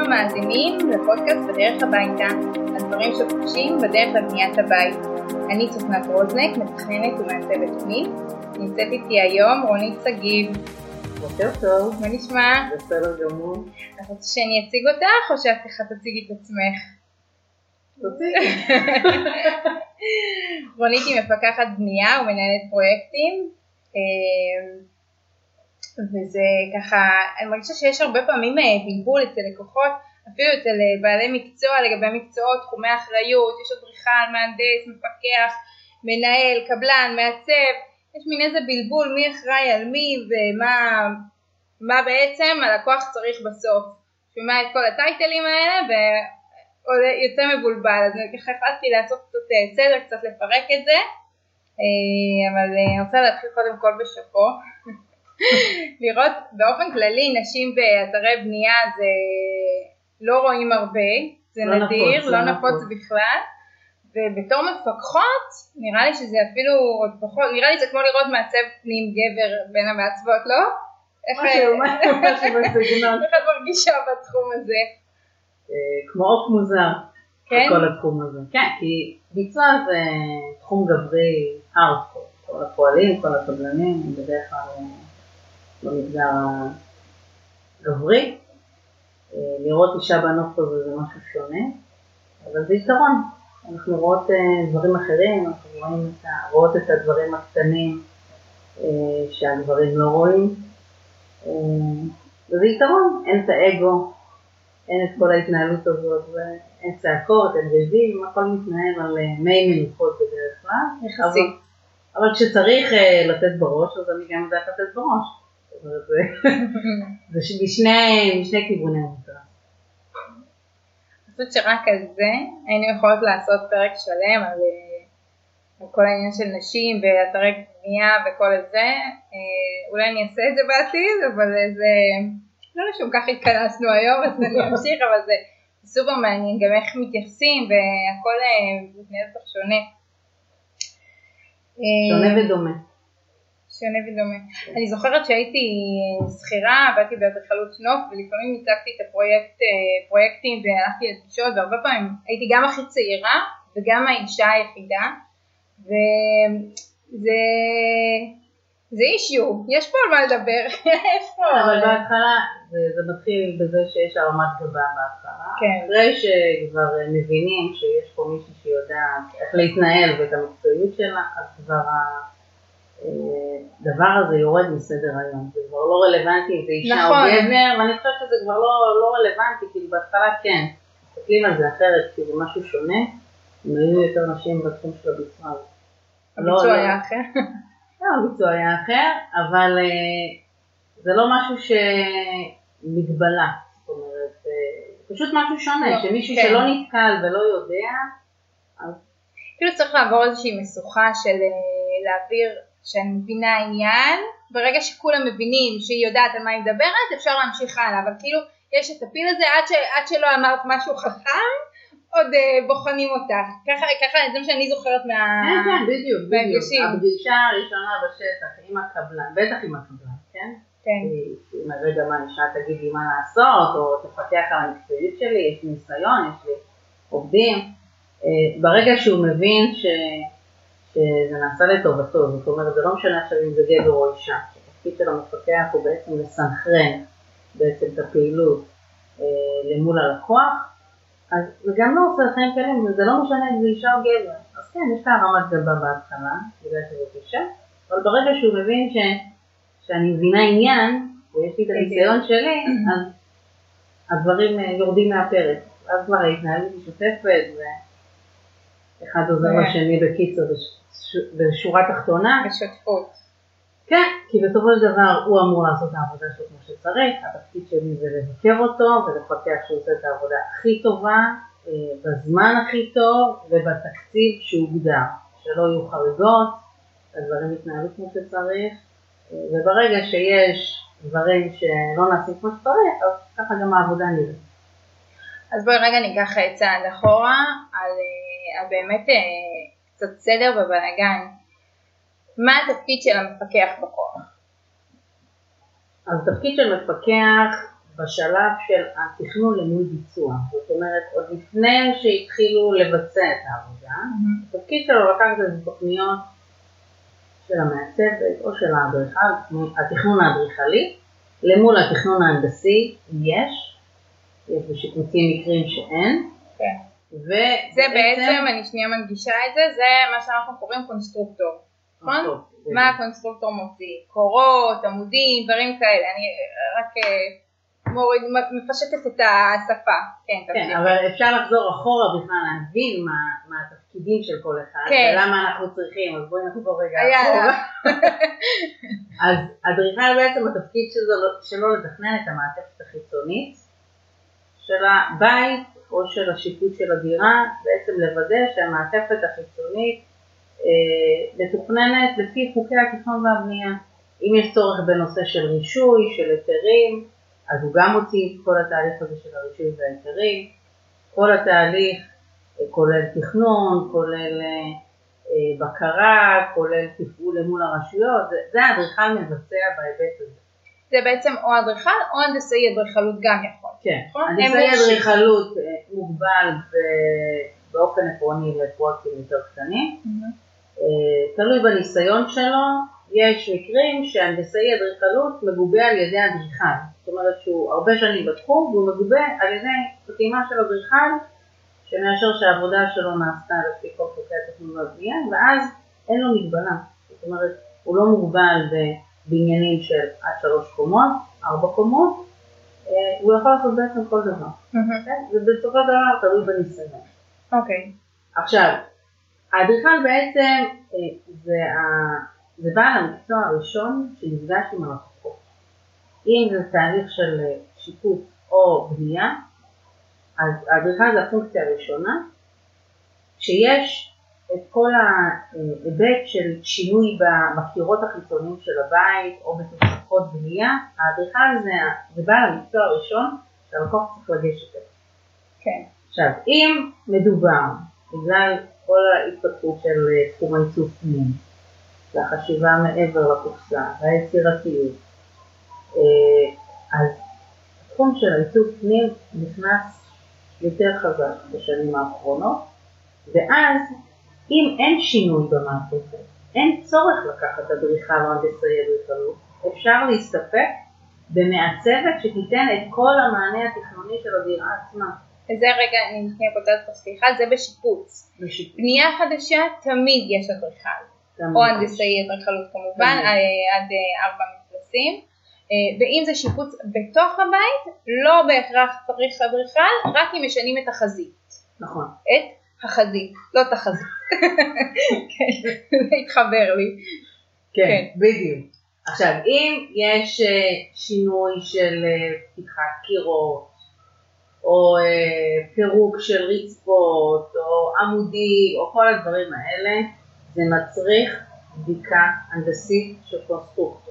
המאזינים לפודקאסט בדרך הביתה, הדברים שפוגשים בדרך לבניית הבית. אני צופנת רוזנק, מתכננת ומעצבת פנים. נמצאת איתי היום רונית שגיב. בוקר טוב. מה נשמע? בסדר גמור. את רוצה שאני אציג אותך או שאת ככה תציגי את עצמך? תציגי. רונית היא מפקחת בנייה ומנהלת פרויקטים. וזה ככה, אני מרגישה שיש הרבה פעמים בלבול אצל לקוחות, אפילו אצל בעלי מקצוע לגבי מקצועות, תחומי אחריות, יש אדריכל, מהנדס, מפקח, מנהל, קבלן, מעצב, יש מין איזה בלבול מי אחראי על מי ומה בעצם הלקוח צריך בסוף. שומע את כל הטייטלים האלה ויוצא מבולבל, אז אני ככה החלטתי לעשות קצת סדר, קצת לפרק את זה, אבל אני רוצה להתחיל קודם כל בשפו. לראות באופן כללי נשים באתרי בנייה זה לא רואים הרבה, זה נדיר, לא נפוץ בכלל, ובתור מפקחות נראה לי שזה אפילו עוד פחות, נראה לי זה כמו לראות מעצב פנים גבר בין המעצבות, לא? איך את מרגישה בתחום הזה? כמו אוף מוזר בכל התחום הזה. כן, כי ביצוע זה תחום גברי הארדקור, כל הפועלים, כל הקבלנים, בדרך כלל במגזר הגברי. לראות אישה בנוף הזה זה משהו שונה, אבל זה יתרון. אנחנו רואות דברים אחרים, אנחנו רואות את הדברים הקטנים שהגברים לא רואים. וזה יתרון, אין את האגו, אין את כל ההתנהלות הזאת, אין צעקות, אין ריבים, הכל מתנהל על מי מנוחות בדרך כלל. יחסי. אבל כשצריך לתת בראש, אז אני גם יודעת לתת בראש. זה משני כיווני המטרה. אני חושבת שרק על זה היינו יכולות לעשות פרק שלם על כל העניין של נשים ואתרי בנייה וכל זה. אולי אני אעשה את זה בעתיד, אבל זה לא לשום כך התכנסנו היום, אז אני אמשיך, אבל זה סופר מעניין, גם איך מתייחסים והכל מתנהל כך שונה. שונה ודומה. שונה ודומה. אני זוכרת שהייתי שכירה, באתי באדריכלות נוף, ולפעמים הצגתי את הפרויקטים והלכתי לפגישות, והרבה פעמים הייתי גם הכי צעירה וגם האישה היחידה, וזה אישיו, יש פה על מה לדבר. אבל בהתחלה זה מתחיל בזה שיש הרמת גבה בהתחלה, כן. אחרי שכבר מבינים שיש פה מישהי שיודעת איך להתנהל ואת המקצועיות שלה, אז כבר הדבר הזה יורד מסדר היום, זה כבר לא רלוונטי אם זה אישה או גבר, ואני חושבת שזה כבר לא רלוונטי, כאילו בהתחלה כן, מסתכלים על זה אחרת, כי זה משהו שונה, אם היו יותר נשים בתחום של הביצוע. הביצוע היה אחר? לא, הביצוע היה אחר, אבל זה לא משהו שמגבלה, זאת אומרת, פשוט משהו שונה, שמישהו שלא נתקל ולא יודע, אז כאילו צריך לעבור איזושהי משוכה של להעביר שאני מבינה עניין, ברגע שכולם מבינים שהיא יודעת על מה היא מדברת, אפשר להמשיך הלאה, אבל כאילו יש את הפיל הזה עד שלא אמרת משהו חכם, עוד בוחנים אותך. ככה זה מה שאני זוכרת כן, בדיוק. הפגישה הראשונה בשטח עם הקבלן, בטח עם הקבלן, כן? כן. אם הרגע מה אישה תגיד לי מה לעשות, או תפתח על המקצועיות שלי, יש לי ניסיון, יש לי עובדים. ברגע שהוא מבין שזה נעשה לטובתו, זאת אומרת, זה לא משנה עכשיו אם זה גבר או אישה, התפקיד של המפקח הוא בעצם לסנכרן בעצם את הפעילות למול הלקוח, אז זה גם לא עושה לכם קלים, זה לא משנה אם זה אישה או גבר, אז כן, יש לה הרמת גבה בהתחלה, בגלל שזה אישה, אבל ברגע שהוא מבין שאני מבינה עניין, ויש לי את הניסיון שלי, אז הדברים יורדים מהפרק, אז כבר ההתנהלות משותפת, אחד עוזר לשני בקיצור בשורה תחתונה. בשותפות. כן, כי בסופו של דבר הוא אמור לעשות את העבודה שלו כמו שצריך, התפקיד שלי זה לבקר אותו ולפקח שהוא עושה את העבודה הכי טובה, בזמן הכי טוב ובתקציב שהוגדר, שלא יהיו חריגות, הדברים יתנהלו כמו שצריך, וברגע שיש דברים שלא נעשים כמו שצריך, אז ככה גם העבודה נראית. אז בואי רגע ניקח צעד אחורה על באמת קצת סדר בבלגן. מה התפקיד של המפקח בכוח? אז תפקיד של מפקח בשלב של התכנון למול ביצוע. זאת אומרת, עוד לפני שהתחילו לבצע את העבודה, התפקיד שלו לקחת את תוכניות של המעצבת או של האדריכל, התכנון האדריכלי, למול התכנון ההנדסי יש בשיפוצים מקרים שאין. כן. זה בעצם, אני שנייה מנגישה את זה, זה מה שאנחנו קוראים קונסטרוקטור. נכון? מה הקונסטרוקטור מוציא? קורות, עמודים, דברים כאלה. אני רק מפשטת את השפה. כן, אבל אפשר לחזור אחורה בכלל להבין מה התפקידים של כל אחד, ולמה אנחנו צריכים, אז בואי נחזור רגע אחורה. אז אדריכל בעצם התפקיד שלו לתכנן את המעטפת החיצונית של הבית או של השיפוץ של הדירה, בעצם לוודא שהמעטפת החיצונית מתוכננת לפי חוקי התכנון והבנייה. אם יש צורך בנושא של רישוי, של היתרים, אז הוא גם מוציא את כל התהליך הזה של הרישוי וההיתרים. כל התהליך כולל תכנון, כולל בקרה, כולל תפעול למול הרשויות, זה האדריכל מבצע בהיבט הזה. זה בעצם או אדריכל או הנדסאי אדריכלות גם יכול. כן, הנדסאי אדריכלות מוגבל באופן עקרוני לפרויקטים יותר קטנים. תלוי בניסיון שלו, יש מקרים שהנדסאי אדריכלות מגובה על ידי אדריכל. זאת אומרת שהוא הרבה שנים בתחום והוא מגובה על ידי חתימה של אדריכל שמאשר שהעבודה שלו נעשתה לפי כל חוקי התכנון והבנייה, ואז אין לו מגבלה. זאת אומרת, הוא לא מוגבל בבניינים של עד 3 קומות, 4 קומות, הוא יכול לעשות בעצם כל דבר. ובסופו של דבר תלוי בניסיון. אוקיי. עכשיו, האדריכל בעצם זה בעל המקצוע הראשון שנפגש עם הלקוחות. אם זה תהליך של שיפוץ או בנייה, אז האדריכל זה הפונקציה הראשונה, שיש את כל ההיבט של שינוי בקירות החיצוניים של הבית או בתוספות בנייה, האדריכל זה בעל המקצוע הראשון שהלקוח צריך לגשת אליו. כן. עכשיו, אם מדובר בגלל כל ההתפתחות של תחום העיצוב פנים, והחשיבה מעבר לקופסה, והיצירתיות, אז התחום של העיצוב פנים נכנס יותר חזק בשנים האחרונות, ואז אם אין שינוי במעטפת, אין צורך לקחת אדריכל או הנדסאי אדריכלות, אפשר להסתפק במעצבת שתיתן את כל המענה התכנוני של הדירה עצמה. זה רגע, אני לפני כותבת בסליחה, זה בשיפוץ. בנייה חדשה תמיד יש אדריכל, או הנדסאי אדריכלות כמובן, עד 4 מפלסים. ואם זה שיפוץ בתוך הבית, לא בהכרח צריך אדריכל, רק אם משנים את החזית. נכון. את החזית, לא את החזית. כן, זה התחבר לי. כן, בדיוק. עכשיו, אם יש שינוי של פתיחת קירות, או פירוק של רצפות, או עמודים, או כל הדברים האלה, זה מצריך בדיקה הנדסית של קונסטרוקטור.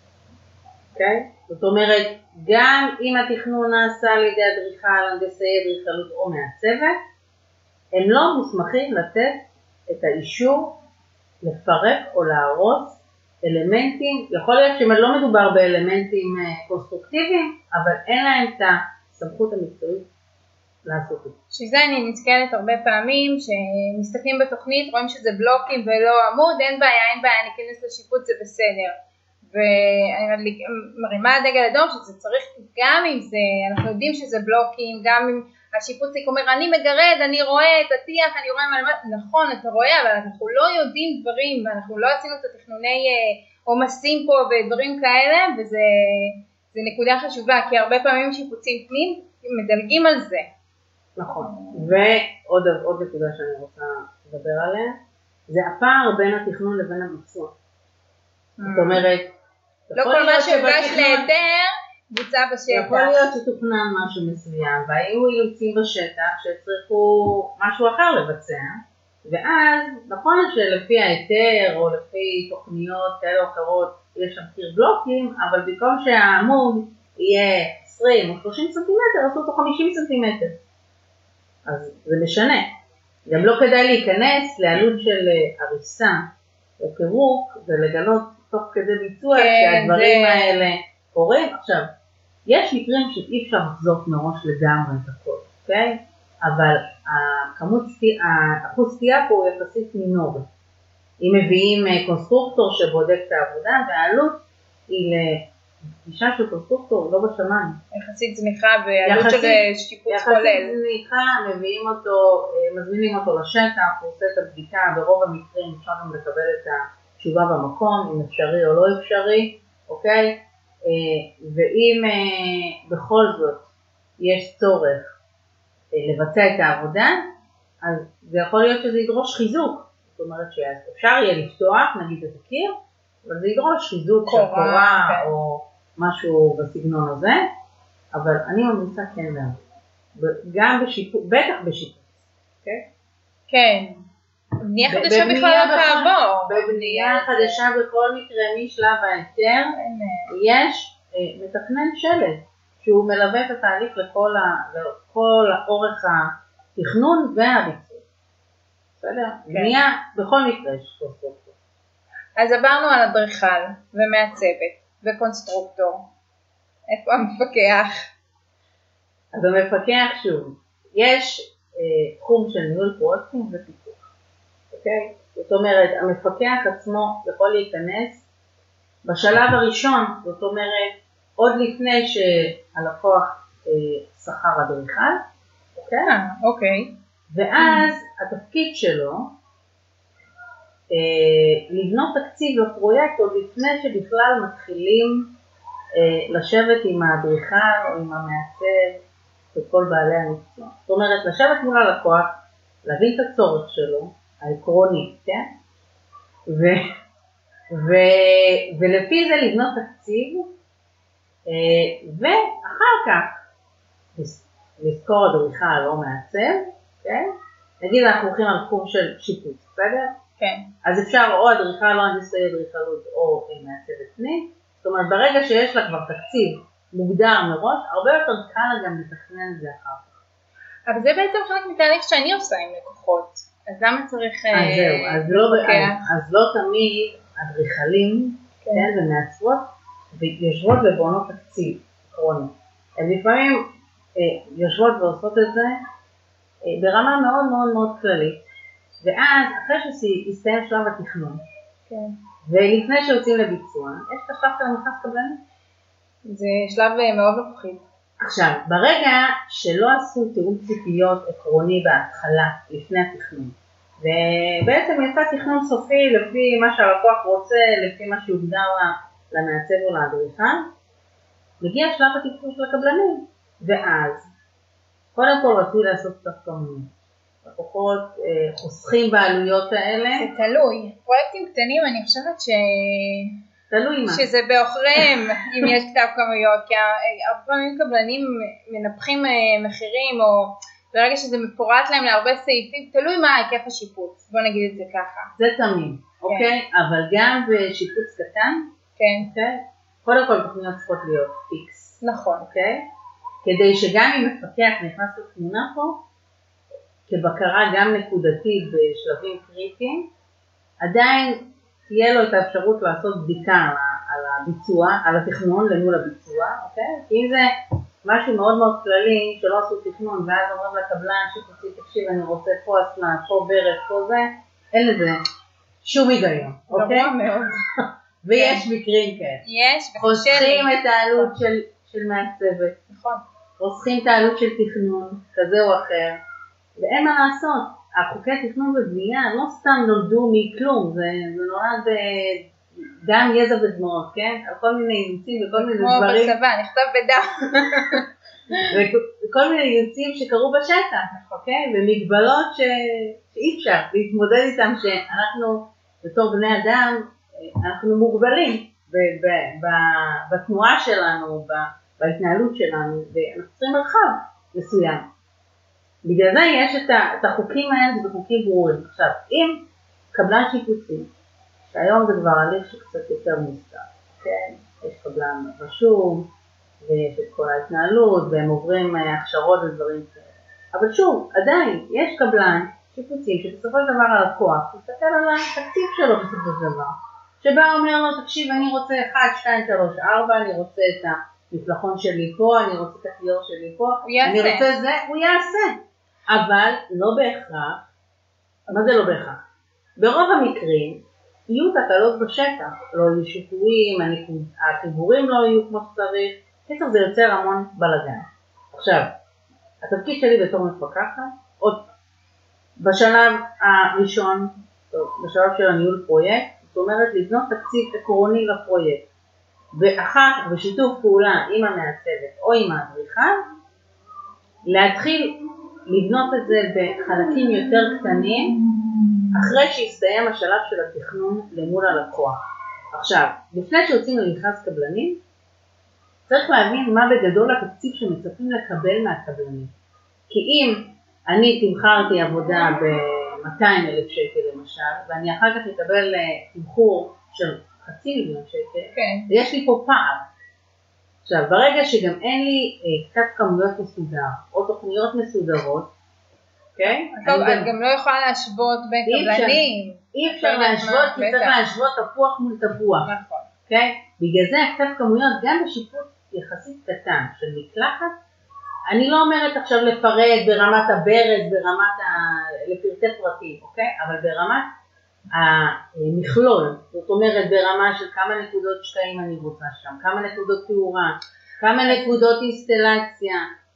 אוקיי? זאת אומרת, גם אם התכנון נעשה על ידי אדריכל, הנדסאי אדריכלות או מעצבת, הם לא מוסמכים לתת את האישור לפרק או להרוס אלמנטים, יכול להיות שלא מדובר באלמנטים קונסטרוקטיביים, אבל אין להם את הסמכות המקצועית לעשות את זה. שזה אני נזכרת הרבה פעמים, שמסתכלים בתוכנית, רואים שזה בלוקים ולא עמוד, אין בעיה, ניכנס לשיפוץ, זה בסדר. ואני מרימה דגל אדום שזה צריך, גם אם זה, אנחנו יודעים שזה בלוקים, גם אם השיפוציק אומר, אני מגרד, אני רואה את הטיח, אני רואה נכון, אתה רואה, אבל אנחנו לא יודעים דברים, ואנחנו לא עשינו את התכנוני עומסים פה ודברים כאלה, וזה נקודה חשובה, כי הרבה פעמים שיפוצים פנים מדלגים על זה. נכון, ועוד נקודה שאני רוצה לדבר עליה, זה הפער בין התכנון לבין הביצוע. זאת אומרת, לא כל מה שהוגש להיתר בוצע בשטח. יכול להיות שתוכנן משהו מסוים, והיו אילוצים בשטח שצריכו משהו אחר לבצע, ואז נכון שלפי ההיתר או לפי תוכניות כאלה או אחרות יש שם קיר בלוקים, אבל במקום שהעמוד יהיה 20 או 30 סנטימטר, עשו אותו 50 סנטימטר. אז זה משנה. גם לא כדאי להיכנס לעלות של הריסה או פירוק ולגלות תוך כדי ביצוע שהדברים האלה קורים. עכשיו, יש מקרים שאי אפשר לחזות מראש לגמרי את הכל, אוקיי? אבל האחוז סטייה פה הוא יחסית מינורי. אם מביאים קונסטרוקטור שבודק את העבודה, והעלות היא לפגישה של קונסטרוקטור, לא בשמיים. יחסית זניחה ועלות של שיפוץ כולל. יחסית זניחה, מביאים אותו, מזמינים אותו לשטח, הוא עושה את הבדיקה, ברוב המקרים אפשר גם לקבל את התשובה במקום, אם אפשרי או לא אפשרי, אוקיי? ואם בכל זאת יש צורך לבצע את העבודה, אז זה יכול להיות שזה ידרוש חיזוק. זאת אומרת שאפשר יהיה לפתוח, נגיד את הקיר, אבל זה ידרוש חיזוק של קורה או משהו בסגנון הזה, אבל אני ממליצה כן לעבוד. גם בשיפוץ, בטח בשיפוץ. כן. בנייה חדשה בכלל לא תעבור. בבנייה חדשה בכל מקרה משלב ההיתר, יש מתכנן שלד, שהוא מלווה את התהליך לכל אורך התכנון והביצוע. בסדר? בנייה בכל מקרה יש קונסטרוקטור. אז עברנו על אדריכל ומעצבת וקונסטרוקטור. איפה המפקח? אז המפקח שוב, יש תחום של ניהול פרויקטים ופיקוח. אוקיי? זאת אומרת, המפקח עצמו יכול להיכנס בשלב הראשון, זאת אומרת, עוד לפני שהלקוח שכר אדריכל. אוקיי. ואז התפקיד שלו לבנות תקציב לפרויקט עוד לפני שבכלל מתחילים לשבת עם האדריכל או עם המעצב וכל בעלי המקצוע. זאת אומרת, לשבת מול הלקוח, להבין את הצורך שלו, העקרוני, כן? ולפי זה לבנות תקציב, ואחר כך לזכור אדריכל או מעצב, כן? נגיד אנחנו הולכים על תחום של שיפוץ, בסדר? כן. אז אפשר או אדריכל או הנדסאי אדריכלות או מעצבת פנים. זאת אומרת, ברגע שיש לה כבר תקציב מוגדר מראש, הרבה יותר קל גם לתכנן את זה אחר כך. אבל זה בעצם חלק מתהליך שאני עושה עם לקוחות. אז למה צריך אז לא תמיד אדריכלים ומעצבות ויושבות ובונות תקציב עקרוני. הן לפעמים יושבות ועושות את זה ברמה מאוד מאוד מאוד כללית, ואז אחרי שיסתיים שלב התכנון, ולפני שיוצאים לביצוע, יש את השלב של המכרז קבלני. זה שלב מאוד מפחיד. עכשיו, ברגע שלא עשו תיאום ציפיות עקרוני בהתחלה, לפני התכנון, ובעצם יצא תכנון סופי לפי מה שהלקוח רוצה, לפי מה שהוגדר למעצב או לאדריכל, מגיע שלב התכנון של הקבלנים, ואז קודם כל רצוי לעשות קצת כמוני. לקוחות חוסכים בעלויות האלה. זה תלוי. פרויקטים קטנים אני חושבת תלוי מה. שזה באוכריהם אם יש כתב כמויות, כי הרבה פעמים קבלנים מנפחים מחירים, או ברגע שזה מפורט להם להרבה סעיפים, תלוי מה היקף השיפוץ, בוא נגיד את זה ככה. זה תמיד, אוקיי? אבל גם בשיפוץ קטן, כן. קודם כל תוכניות צריכות להיות פיקס. נכון. אוקיי? כדי שגם אם מפקח נכנס לתמונה פה, כבקרה גם נקודתית בשלבים קריטיים, עדיין תהיה לו את האפשרות לעשות בדיקה על הביצוע, על התכנון למול הביצוע, אוקיי? כי אם זה משהו מאוד מאוד כללי, שלא עשו תכנון, ואז אומרים לקבלן שתוציא, תקשיב, אני רוצה פה אסלה, פה ברס, פה זה, אין לזה שום היגיון, אוקיי? גרוע מאוד. ויש מקרים כאלה. יש, חוסכים את העלות של מעצבת. נכון. חוסכים את העלות של תכנון, כזה או אחר, ואין מה לעשות. החוקי תכנון ובנייה לא סתם נולדו מכלום, זה נולד דם, יזע ודמעות, כן? על כל מיני אילוצים וכל מיני דברים. כמו בצבא, נכתב בדם. וכל מיני אילוצים שקרו בשטח, אוקיי? ומגבלות שאי אפשר להתמודד איתם, שאנחנו בתור בני אדם, אנחנו מוגבלים בתנועה שלנו, בהתנהלות שלנו, ואנחנו צריכים מרחב מסוים. בגלל זה יש את החוקים האלה, זה חוקים ברורים. עכשיו, אם קבלן שיפוצים, שהיום זה כבר הליך שקצת יותר מוסדר, כן? יש קבלן רשום, ויש את כל ההתנהלות, והם עוברים הכשרות ודברים כאלה. אבל שוב, עדיין, יש קבלן שיפוצים, שבסופו של דבר הלקוח, מסתכל על התקציב שלו בסופו של דבר, שבה אומר לו, תקשיב, אני רוצה 1, 2, 3, 4, אני רוצה את המפלחון שלי פה, אני רוצה את הכיור שלי פה, אני יעשה. רוצה זה, הוא יעשה. אבל לא בהכרח, מה זה לא בהכרח? ברוב המקרים יהיו תקלות בשטח, לא יהיו שיפועים, החיבורים לא יהיו כמו שצריך, קיצר זה יוצר המון בלגן. עכשיו, התפקיד שלי בתור מפקחת, עוד בשלב הראשון, בשלב של הניהול פרויקט, זאת אומרת לבנות תקציב עקרוני לפרויקט, ואחר כך בשיתוף פעולה עם המעצבת או עם האדריכל, להתחיל לבנות את זה בחלקים יותר קטנים, אחרי שיסתיים השלב של התכנון למול הלקוח. עכשיו, לפני שיוצאים למכרז קבלנים, צריך להבין מה בגדול התקציב שמצפים לקבל מהקבלנים. כי אם אני תמחרתי עבודה ב-200,000 שקל למשל, ואני אחר כך אקבל תמחור של 500,000 שקל, כן. ויש לי פה פער. עכשיו, ברגע שגם אין לי קצת כמויות מסודר, או תוכניות מסודרות, אוקיי? טוב, את גם לא יכולה להשוות בין קבלנים. אי אפשר להשוות, כי צריך להשוות תפוח מול תפוח. נכון. אוקיי? בגלל זה קצת כמויות, גם בשיפוט יחסית קטן של מקלחת, אני לא אומרת עכשיו לפרט ברמת הברז, לפרטי פרטים, אוקיי? אבל ברמת המכלול, זאת אומרת ברמה של כמה נקודות שקעים אני רוצה שם, כמה נקודות תאורה, כמה נקודות אינסטלציה,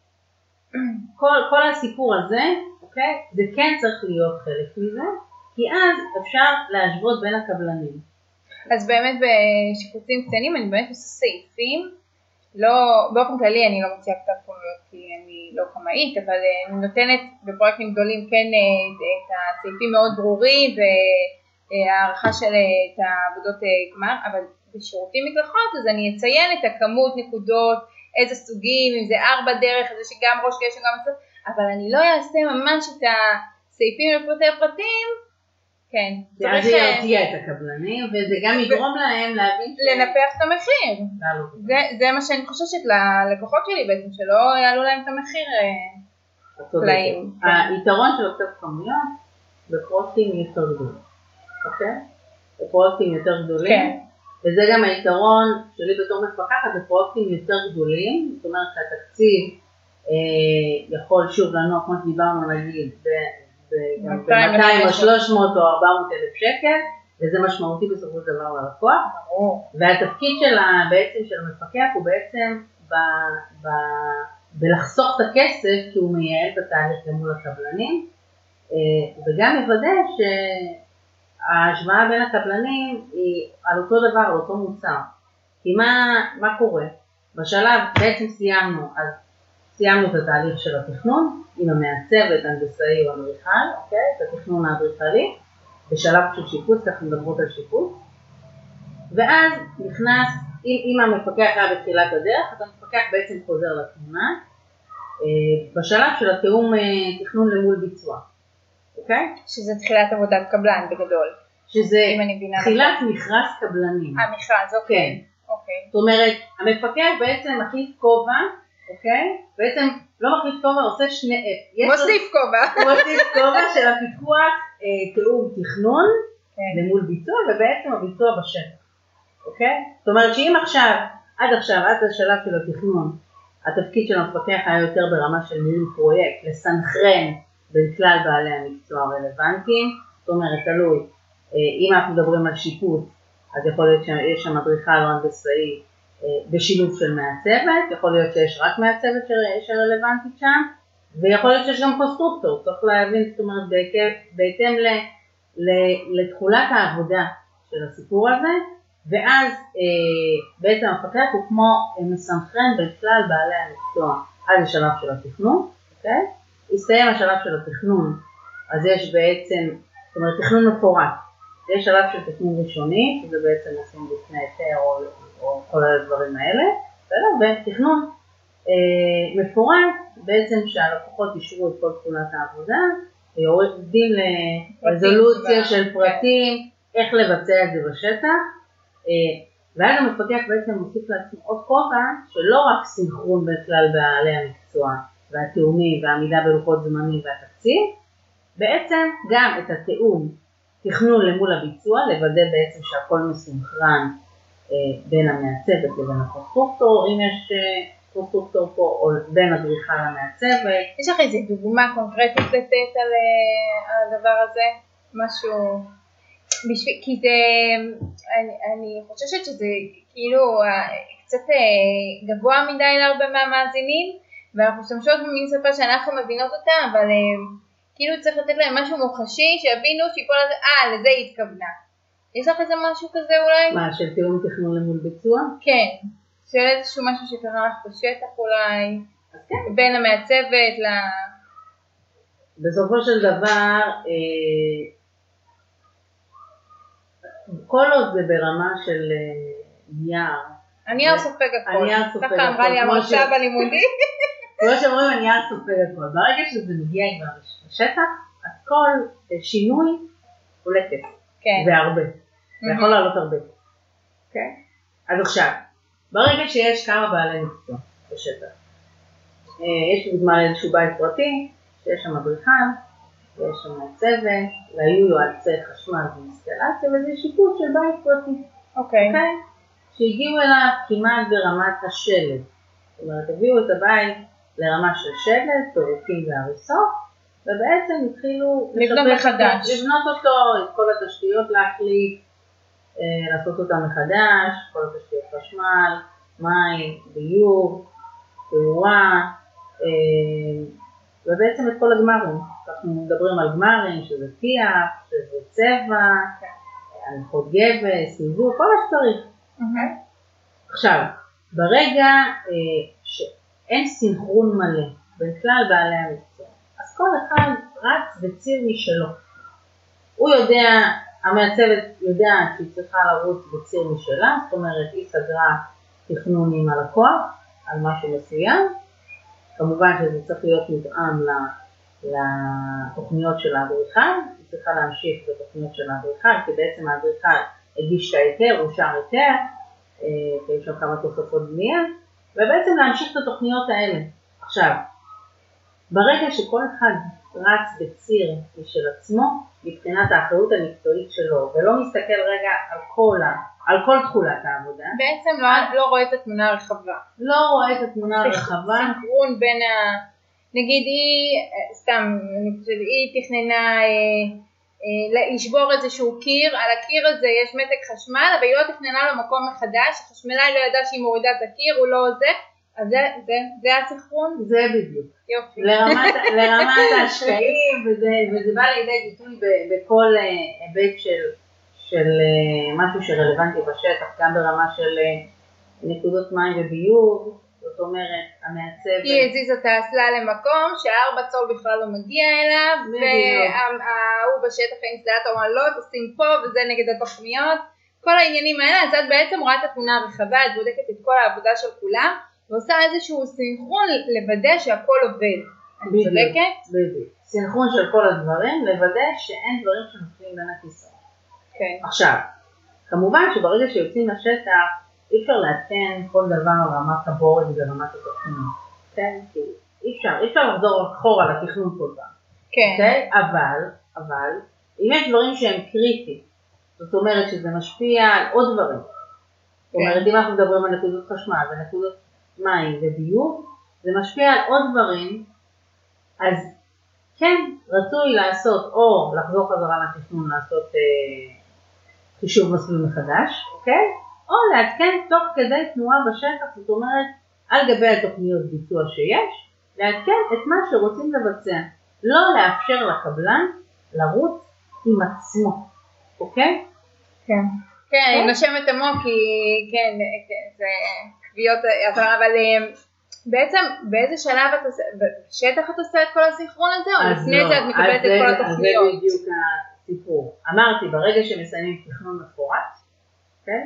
כל הסיפור הזה, אוקיי? זה כן צריך להיות חלק מזה, כי אז אפשר להשוות בין הקבלנים. אז באמת בשיפוצים קטנים אני באמת עושה סעיפים, לא, באופן כללי אני לא מוציאה כתב כמויות כי אני לא חמאית, אבל אני נותנת בפרויקטים גדולים כן את הסעיפים מאוד ברורים והערכה של את העבודות גמר, אבל בשירותים מקלחות אז אני אציין את הכמות נקודות, איזה סוגים, אם זה 4 דרך, זה שגם ראש גשם גם מצב, אבל אני לא אעשה ממש את הסעיפים לפרטי הפרטים, כן. זה ירתיע את הקבלנים, וזה גם יגרום להם להבין לנפח את המחיר. זה מה שאני חוששת ללקוחות שלי בעצם, שלא יעלו להם את המחיר פלאים. היתרון של כתב כמויות, בפרויקטים יותר גדולים. אוקיי? בפרויקטים יותר גדולים. וזה גם היתרון שלי בתור מפקחת, בפרויקטים יותר גדולים, זאת אומרת שהתקציב יכול שוב לנוע, כמו שדיברנו נגיד, ב-200 או 300 או 400 אלף שקל, וזה משמעותי בסופו של דבר ללקוח. והתפקיד בעצם של המפקח הוא בעצם בלחסוך את הכסף שהוא מייעל את התהליך למול הקבלנים, וגם מוודא שההשוואה בין הקבלנים היא על אותו דבר, על אותו מוצר. כי מה קורה? בשלב בעצם סיימנו את התהליך של התכנון, עם המעצבת, הנדסאי או אדריכל, אוקיי? את התכנון האדריכלי, בשלב של שיפוץ, כך מדברות על שיפוץ. ואז נכנס, אם המפקח היה בתחילת הדרך, אז המפקח בעצם חוזר לתמונה, בשלב של התיאום תכנון למול ביצוע, אוקיי? שזה תחילת עבודת קבלן בגדול. שזה תחילת מכרז קבלנים. המכרז, אוקיי. זאת אומרת, המפקח בעצם מחליף כובע, אוקיי? בעצם לא מחליף כובע, עושה מוסיף כובע. מוסיף כובע של הפיקוח, תיאום תכנון למול ביצוע, ובעצם הביצוע בשטח. אוקיי? זאת אומרת שאם עד השלב של התכנון, התפקיד של המפקח היה יותר ברמה של ניהול פרויקט, לסנכרן בין כלל בעלי המקצוע הרלוונטיים, זאת אומרת, תלוי, אם אנחנו מדברים על שיפוץ, אז יכול להיות שיש שם אדריכל או הנדסאי בשילוב של מעצבת, יכול להיות שיש רק מעצבת שרלוונטית שם, ויכול להיות שיש גם קונסטרוקטור, צריך להבין, זאת אומרת, בהתאם לתחולת העבודה של הסיפור הזה, ואז בעצם המפקח הוא כמו מסנכרן בין כלל בעלי המקצוע עד השלב של התכנון, אוקיי? הסתיים השלב של התכנון, אז יש בעצם, זאת אומרת, תכנון מפורט, יש שלב של תכנון ראשוני, שזה בעצם עושים לפני היתר או כל הדברים האלה, ותכנון מפורט, בעצם שהלקוחות אישרו את כל תכולת העבודה, ויורדים לרזולוציה של פרטים, איך לבצע את זה בשטח, ואז המפקח בעצם מוסיף לעצמו עוד כובע, שלא רק סינכרון בין כלל בעלי המקצוע, והתאומים והעמידה בלוחות זמנים והתקציב, בעצם גם את התיאום, תכנון למול הביצוע, לוודא בעצם שהכל מסונכרן בין המעצבת לבין הקונסטרוקטור, אם יש קונסטרוקטור פה, או בין אדריכל למעצבת. יש לך איזו דוגמה קונקרטית לתת על הדבר הזה? משהו, כי זה, אני חוששת שזה כאילו קצת גבוה מדי להרבה מהמאזינים, ואנחנו משתמשות במין שפה שאנחנו מבינות אותה, אבל כאילו צריך לתת להם משהו מוחשי, שיבינו שיפול לזה היא התכוונה. יש לך איזה משהו כזה אולי? מה, של תיאום תכנון למול ביצוע? כן, של איזשהו משהו שקרה לך בשטח אולי, בין המעצבת ל... בסופו של דבר, כל עוד זה ברמה של נייר. הנייר סופג הכל. הנייר סופג הכל. ככה אמרה לי המרצה בלימודי. כמו שאומרים, הנייר סופג הכל. ברגע שזה מגיע כבר לשטח, אז כל שינוי עולה כסף. כן. והרבה. זה יכול לעלות הרבה. כן. אז עכשיו, ברגע שיש כמה בעלי מקצוע בשטח, יש דוגמה לאיזשהו בית פרטי, שיש שם אדריכל, ויש שם מעצבת, והיו יועצי חשמל ואינסטלציה, וזה שיפוץ של בית פרטי. אוקיי. שהגיעו אליו כמעט ברמת השלד. זאת אומרת, הביאו את הבית לרמה של שלד, פירוקים והריסות, ובעצם התחילו לבנות אותו, את כל התשתיות להחליף, לעשות אותה מחדש, כל התשתיות חשמל, מים, ביוב, תאורה, ובעצם את כל הגמרים. אנחנו מדברים על גמרים, שזה טיח, שזה צבע, הנחות גבס, סיבוב, כל מה שצריך. עכשיו, ברגע שאין סינכרון מלא בין כלל בעלי המקצוע, אז כל אחד רץ בציר משלו. הוא יודע, המעצבת יודעת שהיא צריכה לרוץ בציר משלה, זאת אומרת, היא סגרה תכנון עם הלקוח על משהו מסוים. כמובן שזה צריך להיות מותאם לתוכניות של האדריכל, היא צריכה להמשיך בתוכניות של האדריכל, כי בעצם האדריכל הגיש את ההיתר, אושר היתר, יש שם כמה תוספות בנייה, ובעצם להמשיך את התוכניות האלה. עכשיו, ברגע שכל אחד רץ בציר משל עצמו, מבחינת האחריות המקצועית שלו, ולא מסתכל רגע על כל תחולת העבודה. בעצם לא רואה את התמונה הרחבה. לא רואה את התמונה הרחבה. סינכרון בין נגיד היא תכננה לשבור איזשהו קיר, על הקיר הזה יש מתק חשמל, אבל היא לא תכננה לו מקום מחדש, החשמלאי לא ידע שהיא מורידה את הקיר, הוא לא זה, אז זה הסינכרון? זה בדיוק. יופי. לרמת ההשקעים, וזה בא לידי ביטוי בכל היבט של משהו שרלוונטי בשטח, גם ברמה של נקודות מים וביוב, זאת אומרת, המעצבת... היא הזיזה את האסלה למקום שה4 צול בכלל לא מגיע אליו, והוא בשטח האינסטלטור אמר לא, תשים פה וזה נגד התוכניות, כל העניינים האלה, אז את בעצם רואה את התמונה הרחבה, את בודקת את כל העבודה של כולם, ועושה איזשהו סינכרון לוודא שהכל עובד. אני צודקת? בדיוק. סינכרון של כל הדברים, לוודא שאין דברים שנופלים בין הכיסאות. כן. עכשיו, כמובן שברגע שיוצאים לשטח, אי אפשר להתקן כל דבר על רמת הבורד ורמת התוכנית. כן? אי אפשר לחזור אחורה לתכנון כל פעם. כן. אבל, אם יש דברים שהם קריטיים, זאת אומרת שזה משפיע על עוד דברים. זאת אומרת, אם אנחנו מדברים על נקודות חשמל ונקודות מים וביוב, זה משפיע על עוד דברים, אז כן, רצוי לעשות או לחזור חזרה לתכנון, לעשות חישוב מסלול מחדש, אוקיי? או להתקן תוך כדי תנועה בשטח, זאת אומרת, על גבי התוכניות ביצוע שיש, להתקן את מה שרוצים לבצע, לא לאפשר לקבלן לרוץ עם עצמו, אוקיי? כן. כן, אני נושמת עמוק כי כן, זה קביעות, אבל בעצם באיזה שלב את עושה, בשטח את עושה את כל הסינכרון הזה, או לפני זה את מקבלת את כל התוכניות? אז זה בדיוק הסיפור. אמרתי, ברגע שמסיימים תכנון מפורט, כן?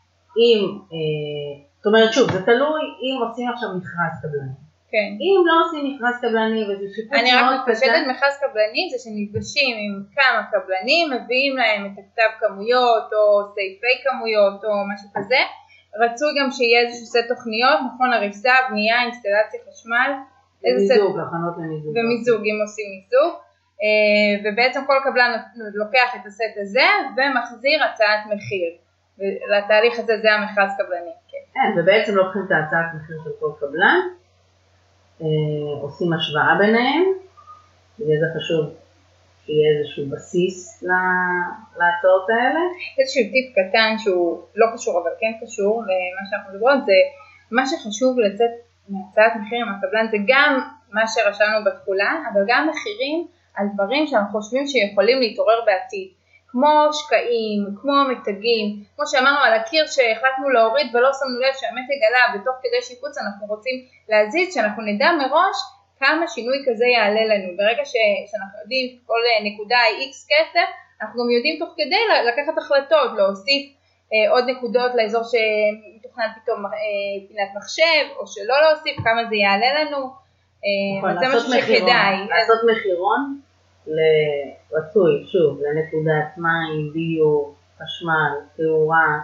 זאת אומרת, שוב, זה תלוי אם עושים עכשיו מכרז קבלני. כן. אם לא עושים מכרז קבלני וזה שיפוץ מאוד קטן. אני רק מתפשטת מכרז קבלני, זה שנפגשים עם כמה קבלנים, מביאים להם את הכתב כמויות, או סעיפי כמויות, או משהו כזה. רצוי גם שיהיה איזשהו סט תוכניות, נכון, הריסה, בנייה, אינסטלציה, חשמל. ומיזוג, הכנות למיזוג. ומיזוג, אם עושים מיזוג. ובעצם כל קבלן לוקח את הסט הזה, ומחזיר הצעת מחיר. ולתהליך הזה זה המכרז קבלני. כן, ובעצם לוקחים את ההצעת מחיר של כל קבלן, עושים השוואה ביניהם, בגלל זה חשוב שיהיה איזשהו בסיס להצעות האלה. איזשהו טיפ קטן שהוא לא קשור אבל כן קשור למה שאנחנו מדברים, זה מה שחשוב לצאת מהצעת מחיר עם הקבלן, זה גם מה שרשמנו בתחולה, אבל גם מחירים על דברים שאנחנו חושבים שיכולים להתעורר בעתיד, כמו שקעים, כמו מתגים, כמו שאמרנו על הקיר שהחלטנו להוריד ולא שמנו לב שהמתג עלה, ותוך כדי שיפוץ אנחנו רוצים להזיז, שאנחנו נדע מראש כמה שינוי כזה יעלה לנו. ברגע שאנחנו יודעים כל נקודה היא X כסף, אנחנו גם יודעים תוך כדי לקחת החלטות, להוסיף עוד נקודות לאזור שמתוכנן פתאום פינת מחשב, או שלא להוסיף, כמה זה יעלה לנו. זה משהו שכדאי. לעשות מחירון רצוי, שוב, לנקודת מים, ביוב, חשמל, תאורה,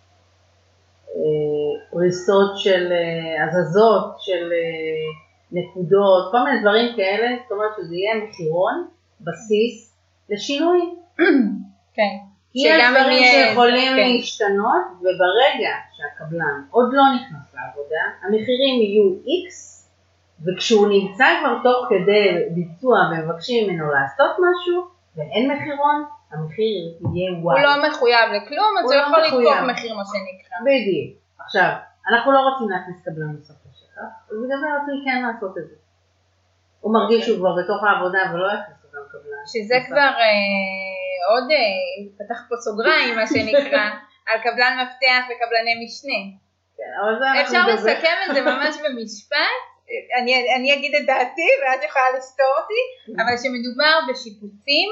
פריסות של הזזות של נקודות, כל מיני דברים כאלה, זאת אומרת שזה יהיה מחירון, בסיס לשינוי. כן. כי יש דברים שיכולים להשתנות, וברגע שהקבלן עוד לא נכנס לעבודה, המחירים יהיו X, וכשהוא נמצא כבר תוך כדי ביצוע ומבקשים ממנו לעשות משהו, ואין מחירון, המחיר יהיה Y. הוא לא מחויב לכלום, אז הוא יכול לקרוא מחיר מה שנקרא. בדיוק. עכשיו, אנחנו לא רוצים להכניס קבלן נוסף לשטח, אז בגלל זה רצוי כן לעשות את זה. הוא מרגיש שהוא כבר בתוך העבודה ולא יכניס גם קבלן. שזה כבר עוד פתח פה סוגריים, מה שנקרא, על קבלן מפתח וקבלני משנה. כן, אבל זה אנחנו אפשר לסכם את זה ממש במשפט, אני אגיד את דעתי ואת יכולה לסתור אותי, אבל שמדובר בשיפוצים,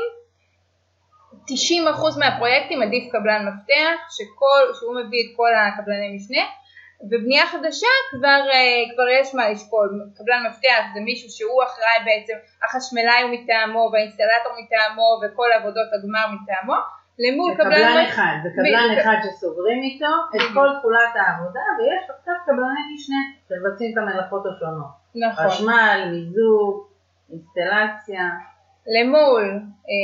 90% מהפרויקטים עדיף קבלן מפתח, שהוא מביא את כל הקבלני משנה, ובנייה חדשה כבר יש מה לשקול. קבלן מפתח זה מישהו שהוא אחראי בעצם, החשמלאי הוא מטעמו והאינסטלטור מטעמו וכל עבודות הגמר מטעמו, למול קבלן אחד, וקבלן אחד שסוגרים איתו את כל תחולת העבודה, ויש קצת קבלני משנה שמבצעים את המלאכות השונות. נכון. חשמל, מיזוג, אינסטלציה. למול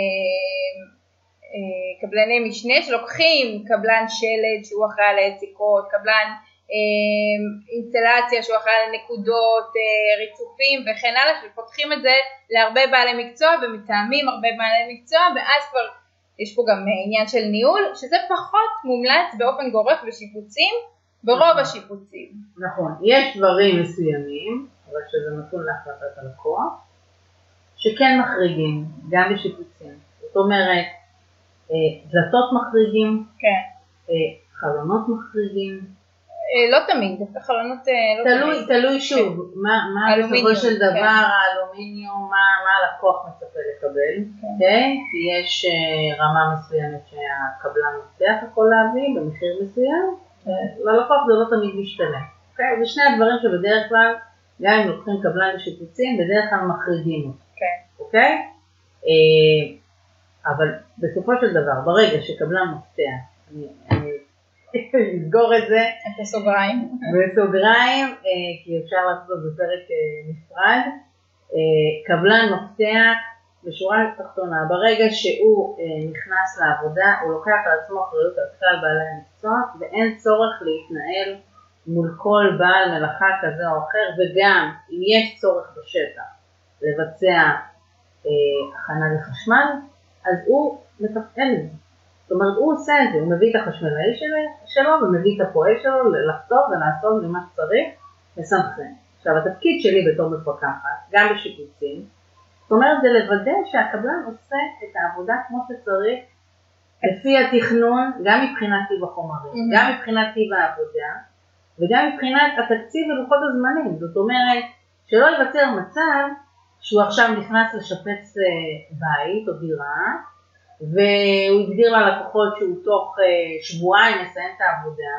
קבלני משנה שלוקחים קבלן שלד שהוא אחראי על היציקות, קבלן אינסטלציה שהוא אחראי על נקודות, ריצופים וכן הלאה, שפותחים את זה להרבה בעלי מקצוע ומטעמים הרבה בעלי מקצוע, ואז כבר יש פה גם עניין של ניהול, שזה פחות מומלץ באופן גורף בשיפוצים, ברוב השיפוצים. נכון, יש דברים מסוימים, אבל שזה נתון להחלטת הלקוח, שכן מחריגים, גם בשיפוצים. זאת אומרת, דלתות מחריגים, כן. חלונות מחריגים. לא תמיד, חלונות לא תמיד. תלוי שוב, מה בסופו של דבר האלומיניום, מה הלקוח מצפה לקבל, כי יש רמה מסוימת שהקבלן מצליח יכול להביא במחיר מסוים, ללקוח זה לא תמיד משתלם. זה שני הדברים שבדרך כלל, גם אם לוקחים קבלן לשיפוצים, בדרך כלל מחריגים אותו. אבל בסופו של דבר, ברגע שקבלן מפתח, אני נסגור את זה. את הסוגריים. בסוגריים, כי אפשר לעשות את זה בפרק נפרד. קבלן מפתח, בשורה תחתונה, ברגע שהוא נכנס לעבודה, הוא לוקח על עצמו אחריות על כלל בעלי המקצוע, ואין צורך להתנהל מול כל בעל מלאכה כזה או אחר, וגם אם יש צורך בשטח לבצע הכנה לחשמל, אז הוא מתפעל את זה. זאת אומרת, הוא עושה את זה, הוא מביא את החשמלאי שלו ומביא את הפועל שלו לחצוב ולעשות למה שצריך לסנכרן. עכשיו, התפקיד שלי בתור מפקחת, גם בשיפוצים, זאת אומרת, זה לוודא שהקבלן עושה את העבודה כמו שצריך, לפי התכנון, גם מבחינת טיב החומרים, גם מבחינת טיב העבודה, וגם מבחינת התקציב ולוחות הזמנים. זאת אומרת, שלא ייווצר מצב שהוא עכשיו נכנס לשפץ בית או דירה, והוא הגדיר ללקוחות שהוא תוך שבועיים מסיים את העבודה,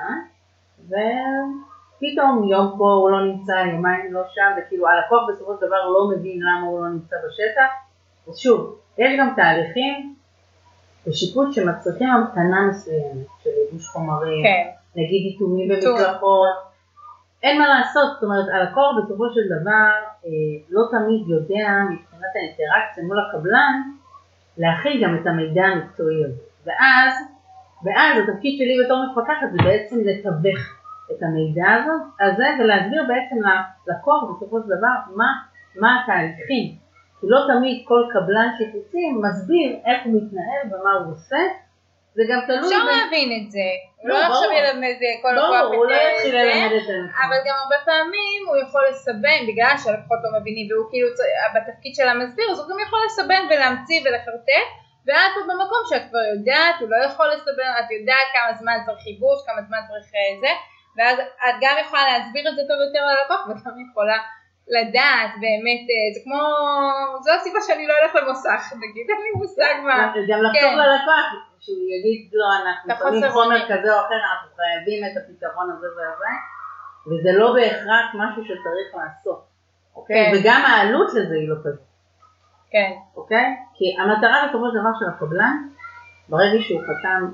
ופתאום יום פה הוא לא נמצא, יומיים לא שם, וכאילו הלקוח בסופו של דבר לא מבין למה הוא לא נמצא בשטח. אז שוב, יש גם תהליכים בשיפוץ שמצריכים המתנה מסוימת, של ייבוש חומרים, נגיד איתומים במקלחות, אין מה לעשות. זאת אומרת, הלקוח בסופו של דבר לא תמיד יודע מבחינת האינטראקציה מול הקבלן, להכיל גם את המידע המקצועי הזה. ואז ואז התפקיד שלי בתור מפקחת זה בעצם לתווך את המידע הזה ולהסביר בעצם ללקוח בסופו של דבר מה התהליכים. כי לא תמיד כל קבלן שיפוצים מסביר איך הוא מתנהל ומה הוא עושה. זה גם תלוי... אפשר להבין את זה. הוא לא עכשיו ילמד כל לקוח הוא לא יתחיל ללמד את זה. אבל גם הרבה פעמים הוא יכול לסבן, בגלל שהלקוחות לא מבינים, והוא כאילו בתפקיד של המסביר, אז הוא גם יכול לסבן ולהמציא ולחרטט, ואת הוא במקום שאת כבר יודעת, הוא לא יכול לסבן, את יודעת כמה זמן צריך חיבוש, כמה זמן צריך זה, ואז את גם יכולה להסביר את זה טוב יותר ללקוח, וגם יכולה לדעת באמת, זה כמו, זו הסיבה שאני לא הולך למוסך, נגיד, אין לי מושג מה. גם לחשוב ללקוח, שהוא יגיד לו, אנחנו שמים חומר כזה או אחר, אנחנו חייבים את הפתרון הזה והזה, וזה לא בהכרח משהו שצריך לעשות, אוקיי? וגם העלות לזה היא לא כזאת. כן. אוקיי? כי המטרה בסופו של דבר של הקבלן, ברגע שהוא חתם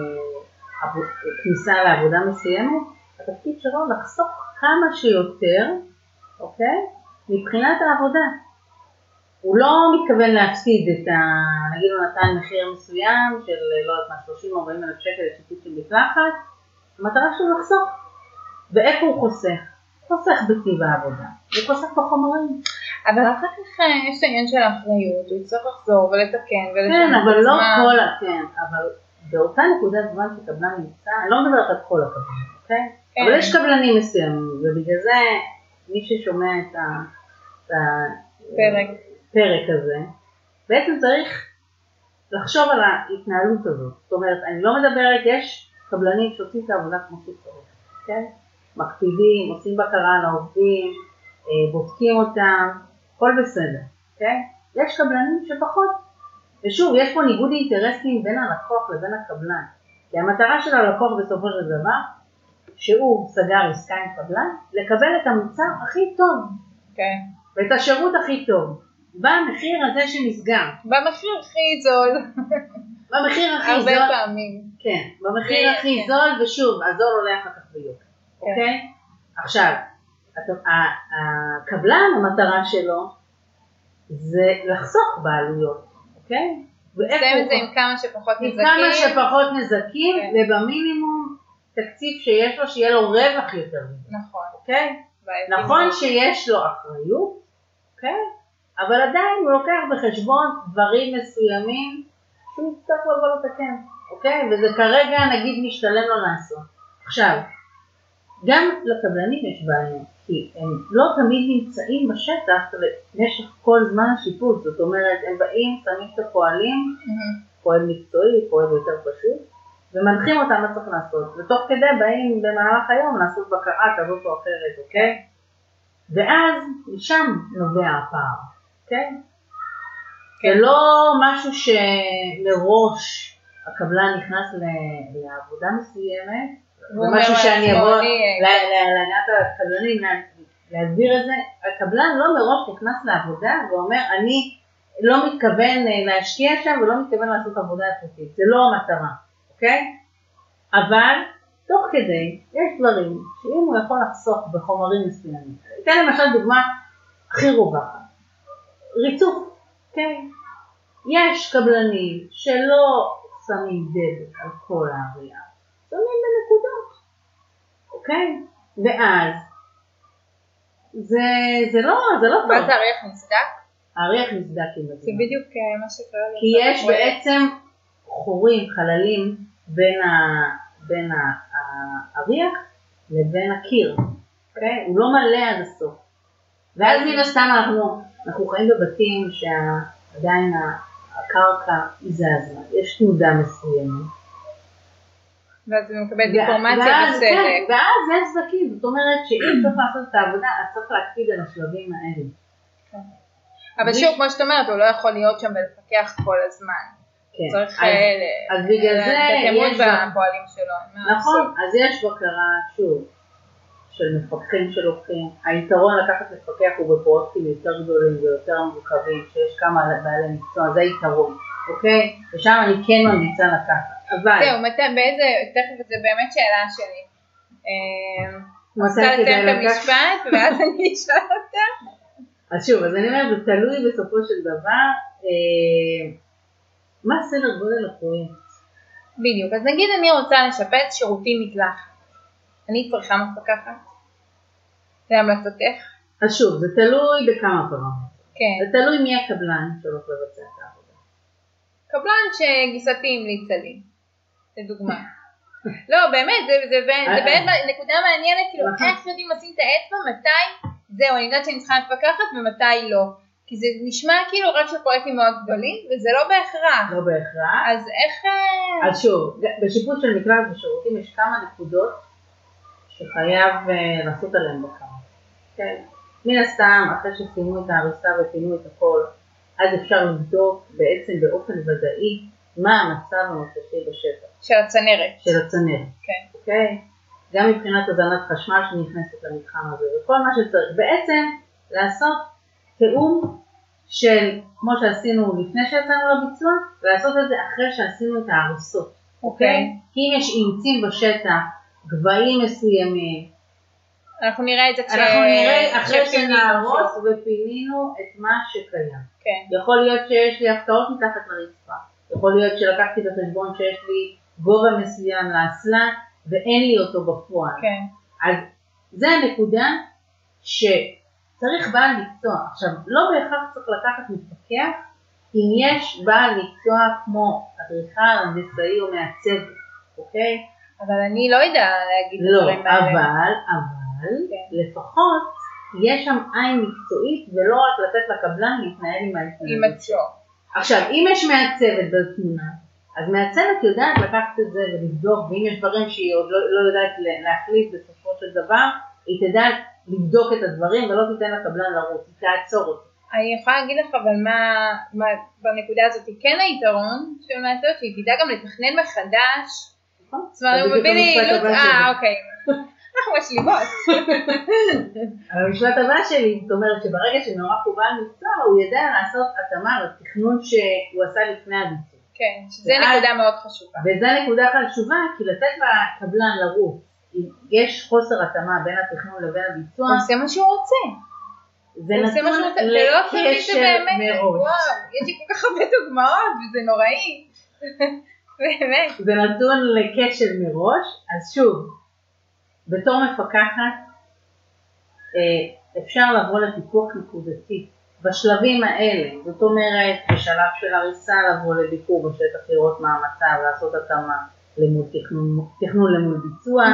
כניסה לעבודה מסוימת, התפקיד שלו לחסוך כמה שיותר, אוקיי? מבחינת העבודה. הוא לא מתכוון להפסיד את נגיד הוא נתן מחיר מסוים של לא יודעת מה 30-40 אלף שקל לשיפוץ של מקלחת, המטרה שלו לחסוך. ואיפה הוא חוסך? חוסך בטיב העבודה, הוא חוסך בחומרים. אבל אחר כך יש את העניין של האחריות, הוא יצטרך לחזור ולתקן ולשנות כן, את אבל לא עצמה. כל, כן, אבל באותה נקודת זמן שקבלן נמצא, אני לא מדברת על כל הקבלנים, אוקיי? כן. אבל יש קבלנים מסוימים, ובגלל זה מי ששומע את הפרק הזה, בעצם צריך לחשוב על ההתנהלות הזאת. זאת אומרת, אני לא מדברת, יש קבלנים שעושים את העבודה כמו שצריך, אוקיי? מקפידים, עושים בקרה על העובדים, בודקים אותם, הכל בסדר, אוקיי? יש קבלנים שפחות. ושוב, יש פה ניגוד אינטרסים בין הלקוח לבין הקבלן. כי המטרה של הלקוח בסופו של דבר, שהוא סגר עסקה עם קבלן, לקבל את המוצר הכי טוב. כן. ואת השירות הכי טוב. במחיר הזה שנסגר. במחיר הכי זול. במחיר הכי זול. הרבה פעמים. כן, במחיר הכי זול, ושוב, הזול עולה אחר כך ביוקר. אוקיי? עכשיו, הקבלן, המטרה שלו, זה לחסוך בעלויות, אוקיי? לסיים את זה עם כמה שפחות נזקים. עם כמה שפחות נזקים, ובמינימום תקציב שיש לו, שיהיה לו רווח יותר. נכון. אוקיי? נכון שיש לו אחריות, אוקיי? אבל עדיין הוא לוקח בחשבון דברים מסוימים שהוא יצטרך לבוא לתקן, אוקיי? וזה כרגע נגיד משתלם לו לעשות. עכשיו, גם לקבלנים יש בעיה, כי הם לא תמיד נמצאים בשטח במשך כל זמן השיפוץ, זאת אומרת, הם באים, שמים את הפועלים, פועל מקצועי, פועל יותר פשוט, ומנחים אותם מה צריך לעשות, ותוך כדי באים במהלך היום לעשות בקרה כזאת או אחרת, אוקיי? ואז משם נובע הפער, אוקיי? זה לא משהו שמראש הקבלן נכנס לעבודה מסוימת, זה משהו שאני אבוא להגעת הקבלנים להסביר את זה. הקבלן לא מראש נכנס לעבודה ואומר אני לא מתכוון להשקיע שם ולא מתכוון לעשות עבודה איכותית, זה לא המטרה, אוקיי? אבל תוך כדי יש דברים שאם הוא יכול לחסוך בחומרים מסוימים, אתן למשל דוגמה הכי רווחת, ריצוף, אוקיי? יש קבלנים שלא שמים דבק על כל הערייה, שמים בנקודות, אוקיי? ואז זה לא טוב. מה זה הריח נסדק? הריח נסדק עם זה. זה בדיוק מה שקרה. כי יש בעצם חורים, חללים בין הריח לבין הקיר, אוקיי? הוא לא מלא עד הסוף. ואז מן הסתם אנחנו חיים בבתים שעדיין הקרקע זזה, יש תנודה מסוימת. ואז הוא מקבל אינפורמציה בסדר. ואז יש סדקים, זאת אומרת שאם צריך לעשות את העבודה, אז צריך להקפיד על השלבים האלה. אבל שוב, כמו שאת אומרת, הוא לא יכול להיות שם ולפקח כל הזמן. צריך אז בגלל זה יש בפועלים שלו. נכון, אז יש בקרה, שוב, של מפקחים שלוקחים. היתרון לקחת לפקח הוא בפרויקטים יותר גדולים ויותר מורכבים, שיש כמה בעלי מקצוע, זה היתרון, אוקיי? ושם אני כן ממליצה לקחת. זהו, תכף זה באמת שאלה שלי. רוצה לסיים את המשפט ואז אני אשאל אותה. אז שוב, אז אני אומרת, זה תלוי בסופו של דבר, מה סדר גודל הפרויקט? בדיוק, אז נגיד אני רוצה לשפץ שירותים מקלחת. אני צריכה מפקחת? להמלצתך? אז שוב, זה תלוי בכמה פרמטרים. כן. זה תלוי מי הקבלן שהולך לבצע את העבודה. קבלן שגיסתי המליצה לי, לדוגמה. לא, באמת, זה באמת נקודה מעניינת, כאילו, איך יודעים לשים את האצבע, מתי, זהו, אני יודעת שאני צריכה מפקחת ומתי לא. כי זה נשמע כאילו רק של פרויקטים מאוד גדולים, וזה לא בהכרח. לא בהכרח. אז איך... אז שוב, בשיפוץ של מקלט ושירותים יש כמה נקודות שחייב לעשות עליהן בקרה. כן. מן הסתם, אחרי שסיימו את ההריסה ופינו את הכל, אז אפשר לבדוק בעצם באופן ודאי מה המצב הנוכחי בשטח. של הצנרת. של הצנרת. כן. אוקיי? גם מבחינת הזנת חשמל שנכנסת למתחם הזה, וכל מה שצריך. בעצם לעשות תיאום של, כמו שעשינו לפני שיצאנו לביצוע, ולעשות את זה אחרי שעשינו את ההריסות. אוקיי? כי אם יש אימצים בשטח, גבהים מסוימים, אנחנו נראה את זה אנחנו נראה אחרי שנהרוס ופינינו את מה שקיים. כן. יכול להיות שיש לי הפתעות מתחת לרצפה. יכול להיות שלקחתי בחשבון שיש לי גובה מסוים לאסלה ואין לי אותו בפועל. כן. אז זה הנקודה שצריך בעל מקצוע. עכשיו, לא בהכרח צריך לקחת מפקח אם יש בעל מקצוע כמו אדריכל, הנדסאי או מעצב, אוקיי? אבל אני לא יודע להגיד לא, דברים האלה. אבל לפחות יש שם עין מקצועית ולא רק לתת לקבלן להתנהל עם ההתנהלות. עם עצמו. עכשיו, אם יש מעצבת בתמונה, אז מעצבת יודעת לקחת את זה ולבדוק, ואם יש דברים שהיא עוד לא יודעת להחליט בסופו של דבר, היא תדע לבדוק את הדברים ולא תיתן לקבלן לרוץ, היא תעצור אותו. אני יכולה להגיד לך, אבל מה בנקודה הזאת כן היתרון של מעצבת, שהיא תדע גם לתכנן מחדש. זאת אומרת, הוא מביא לי אילוץ, אוקיי. אנחנו משלימות. המשפט הבא שלי, זאת אומרת שברגע שנורא קובע מקצוע, הוא ידע לעשות התאמה לתכנון שהוא עשה לפני הביצוע. כן, שזה נקודה מאוד חשובה. וזה נקודה חשובה, כי לתת לקבלן לרוץ, אם יש חוסר התאמה בין התכנון לבין הביצוע, הוא עושה מה שהוא רוצה. זה נתון לקשר מראש. יש לי כל כך הרבה דוגמאות, וזה נוראי. באמת. זה נתון לקשר מראש, אז שוב, בתור מפקחת, אפשר לבוא לפיקוח נקודתי בשלבים האלה, זאת אומרת, בשלב של הריסה לבוא לביקור בשטח, לראות מה המצב, לעשות התאמה למול תכנון למול ביצוע,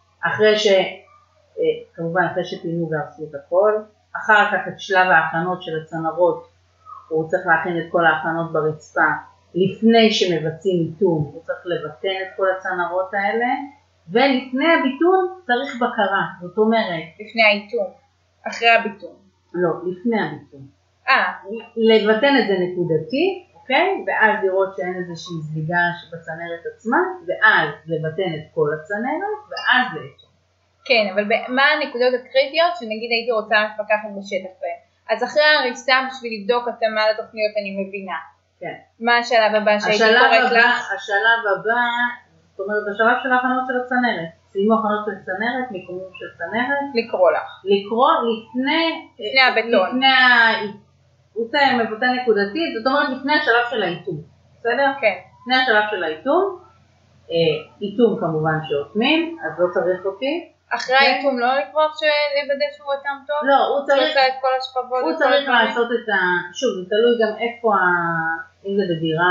כמובן אחרי שפינו והרסו את הכל, אחר כך את שלב ההכנות של הצנרות, הוא צריך להכין את כל ההכנות ברצפה, לפני שמבצעים איתום, הוא צריך לבטן את כל הצנרות האלה, ולפני הביטון צריך בקרה, זאת אומרת... לפני האיתום, אחרי הביטון. לא, לפני הביטון. לבטן את זה נקודתי, אוקיי? ואז לראות שאין איזושהי זליגה בצנרת עצמה, ואז לבטן את כל הצנרת, ואז לאיתום. כן, אבל מה הנקודות הקריטיות שנגיד הייתי רוצה לפקחת בשטח בהן? אז אחרי ההריסה בשביל לבדוק התאמה לתוכניות אני מבינה. כן. מה השלב הבא שהייתי קוראת לך? השלב הבא, זאת אומרת, בשלב של ההכנות של הצנרת. סיימו הכנות של צנרת, מיקומים של צנרת. לקרוא לך. לקרוא לפני הבטון. הוא מבטא נקודתית, זאת אומרת לפני השלב של האיתום. בסדר? כן. לפני השלב של האיתום, איתום כמובן שאוטמים, אז לא צריך אותי. אחרי האיתום לא לקרוא לוודא שהוא אתם טוב? לא, הוא צריך את כל השכבות. הוא צריך לעשות את ה... שוב, זה תלוי גם איפה, אם זה בדירה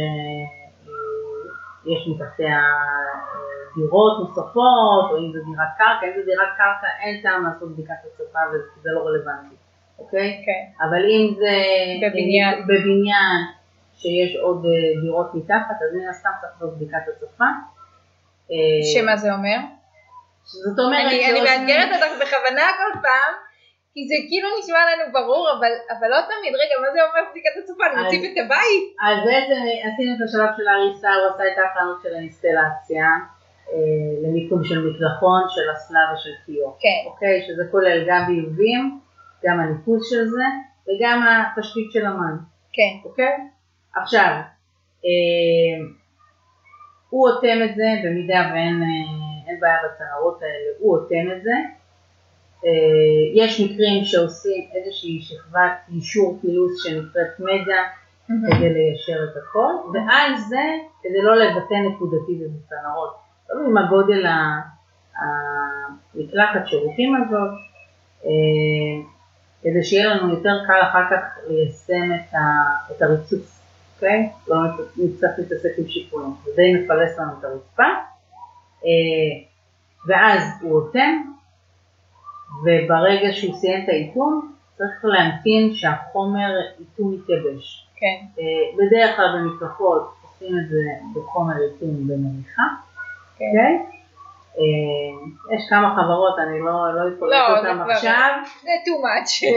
שיש מתחתיה דירות נוספות, או אם זה דירת קרקע, אם זה דירת קרקע אין טעם לעשות בדיקת הצפה וזה לא רלוונטי, אוקיי? כן. אבל אם זה בבניין שיש עוד דירות מתחת, אז מן הסתם צריך לעשות בדיקת הצפה. שמה זה אומר? זאת אומרת... אני מאתגרת אותך בכוונה כל פעם, כי זה כאילו נשמע לנו ברור, אבל לא תמיד, רגע, מה זה אומר בדיקת הצפה? אני מציב את הבית. אז בעצם עשינו את השלב של ההריסה, הוא עשה את ההכנות של האינסטלציה, למיקום של מקלחון, של אסלה ושל כיור. כן. אוקיי, שזה כולל גם ביובים, גם הניקוז של זה, וגם התשתית של המים. כן. אוקיי? עכשיו, הוא אוטם את זה, במידה ואין בעיה בצנרות האלה, הוא אוטם את זה. יש מקרים שעושים איזושהי שכבת אישור פילוס שנקראת מגה, כדי ליישר את הכל, ועל זה, כדי לא לבטא נקודתית את הצנרות, תלוי עם הגודל המקלחת שירותים הזאת, כדי שיהיה לנו יותר קל אחר כך ליישם את הריצוף, אוקיי? לא נצטרך להתעסק עם שיפועים, זה די מפלס לנו את הרצפה, ואז הוא רותם, וברגע שהוא סיים את העיתון, צריך להמתין שהחומר עיתון יתייבש. כן. בדרך כלל במקלחות עושים את זה בחומר עיתון במריחה, כן. אוקיי? יש כמה חברות, אני לא אפולט אותם עכשיו. זה too much.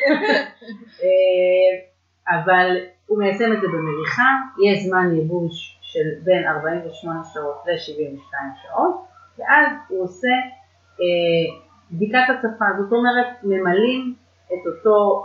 אבל הוא מיישם את זה במריחה, יש זמן ייבוש של בין 48 שעות ל-72 שעות, ואז הוא עושה בדיקת הצפה, זאת אומרת ממלאים את אותו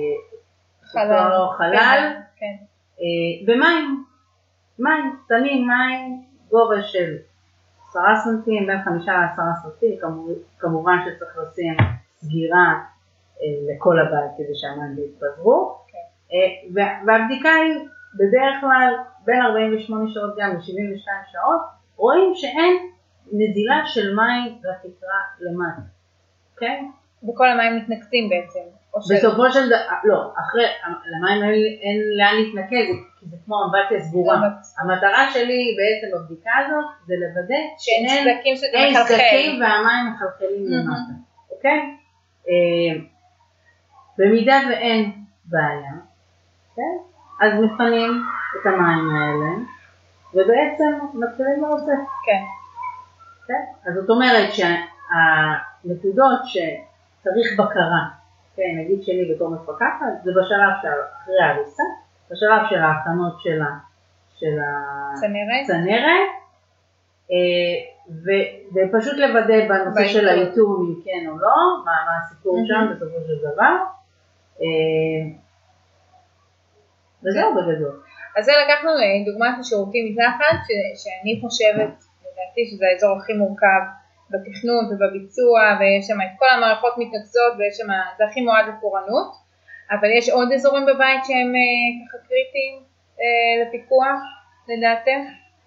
חלל כן. במים, שמים מים, גובה של 10 סנטים, בין 5 ל-10 סנטים, כמובן שצריך לשים סגירה לכל הבית כדי שהמים יתפזרו, והבדיקה היא בדרך כלל בין 48 שעות גם ל-72 שעות, רואים שאין נזילה של מים לתקרה למטה, אוקיי? וכל המים מתנקזים בעצם. בסופו של דבר, לא, אחרי, למים אין לאן להתנקז, כי זה כמו אמבטיה סגורה. המטרה שלי בעצם בבדיקה הזאת, זה לוודא שאין סדקים והמים מחלחלים למטה, אוקיי? במידה ואין בעיה, אז מפנים את המים האלה, ובעצם מתחילים לרוצף. כן. אז זאת אומרת שהנקודות שצריך בקרה, נגיד שלי בתור מפקחת, זה בשלב של אחרי ההריסה, בשלב של ההכנות של הצנרת, ופשוט לוודא בנושא של האיתור אם כן או לא, מה הסיפור שם בסופו של דבר, וזהו בגדול. אז זה לקחנו דוגמת השירותים מקלחת, שאני חושבת, לדעתי שזה האזור הכי מורכב בתכנון ובביצוע, ויש שם את כל המערכות מתנקזות, ויש שם, זה הכי מועד לפורענות, אבל יש עוד אזורים בבית שהם ככה קריטיים לפיקוח, לדעתך?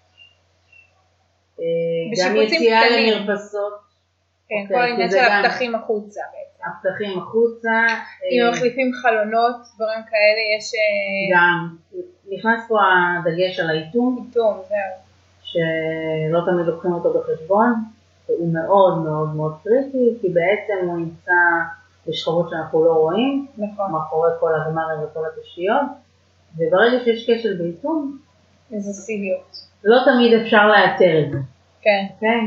גם יציאה למרפסות. כן, כל העניין של הפתחים החוצה בעצם. הפתחים החוצה. אם מחליפים חלונות, דברים כאלה, יש... גם, נכנס פה הדגש על האיתום. איתום, זהו. שלא תמיד לוקחים אותו בחשבון, הוא מאוד מאוד מאוד קריטי, כי בעצם הוא נמצא בשכבות שאנחנו לא רואים, נכון. מאחורי כל הגמרים וכל התשתיות, וברגע שיש כשל באיתום, איזה סיביות. לא תמיד אפשר לאתר את זה. כן. כן?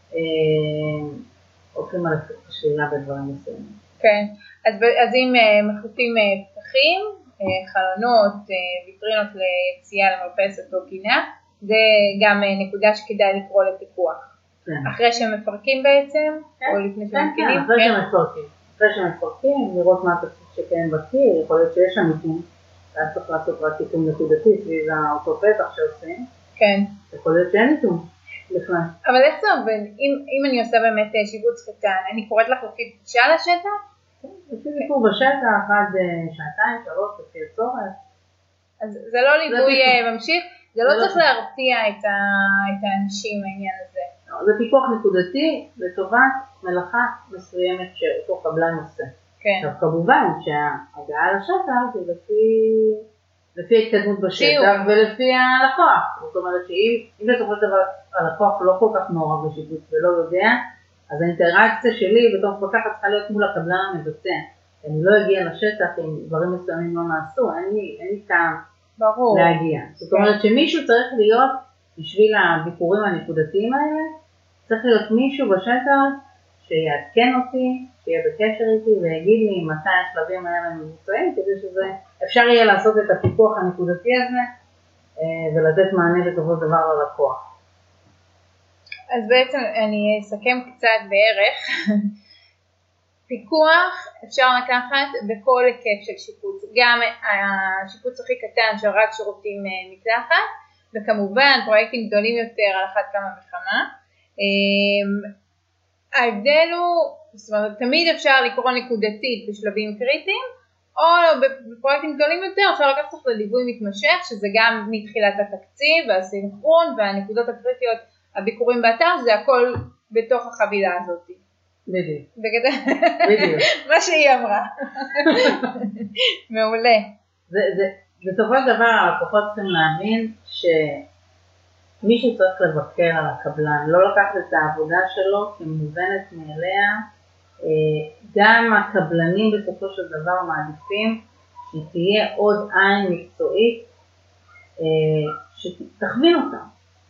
הולכים על השאלה בדברים מסוימים. כן, אז אם מחליפים פתחים, חלונות, ויטרינות ליציאה למרפסת או גינה, זה גם נקודה שכדאי לקרוא לפיקוח. כן. אחרי שהם מפרקים בעצם, או לפני שמתקינים? כן, אחרי שהם מפרקים. אחרי שהם מפרקים, לראות מה התפקיד שקיים בקיר, יכול להיות שיש שם איתום, ואז צריך לעשות רק איתום נקודתי סביב אותו פתח שעושים. כן. יכול להיות שאין איתום. אבל איך זה עובד? אם אני עושה באמת שיבוץ קטן, אני קוראת לך לפי פגישה לשטח? לפי ביקור בשטח, עד שעתיים, 3, לפי הצורך. אז זה לא ליווי ממשיך, זה לא צריך להרתיע את האנשים העניין הזה. זה פיקוח נקודתי לטובת מלאכה מסוימת שאותו קבלן עושה. עכשיו כמובן שההגעה לשטח זה לפי ההתקדמות בשטח ולפי הלקוח. זאת אומרת שאם בסופו של דבר הלקוח לא כל כך מעורב בשיבוץ ולא יודע, אז האינטראקציה שלי בתוך מפקחת צריכה להיות מול הקבלן המבצע. אני לא אגיע לשטח אם דברים מסוימים לא נעשו, אין לי טעם להגיע. זאת אומרת שמישהו צריך להיות, בשביל הביקורים הנקודתיים האלה, צריך להיות מישהו בשטח שיעדכן אותי, שיהיה בקשר איתי ויגיד לי מתי השלבים האלה מבוצעים, כדי שזה אפשר יהיה לעשות את הפיקוח הנקודתי הזה ולתת מענה בסופו של דבר ללקוח. אז בעצם אני אסכם קצת בערך. פיקוח אפשר לקחת בכל היקף של שיפוץ, גם השיפוץ הכי קטן של רק שירותים מקלחת, וכמובן פרויקטים גדולים יותר על אחת כמה וכמה. ההבדל הוא, זאת אומרת, תמיד אפשר לקרוא נקודתית בשלבים קריטיים, או בפרויקטים גדולים יותר אפשר לקחת אותך לליווי מתמשך, שזה גם מתחילת התקציב והסינכרון והנקודות הקריטיות, הביקורים באתר, זה הכל בתוך החבילה הזאת. בדיוק. בדיוק. מה שהיא אמרה. מעולה. בסופו של דבר הלקוחות צריכים להבין שמישהו צריך לבקר על הקבלן, לא לקחת את העבודה שלו כמובנת מאליה. גם הקבלנים בסופו של דבר מעדיפים שתהיה עוד עין מקצועית שתכווין אותם.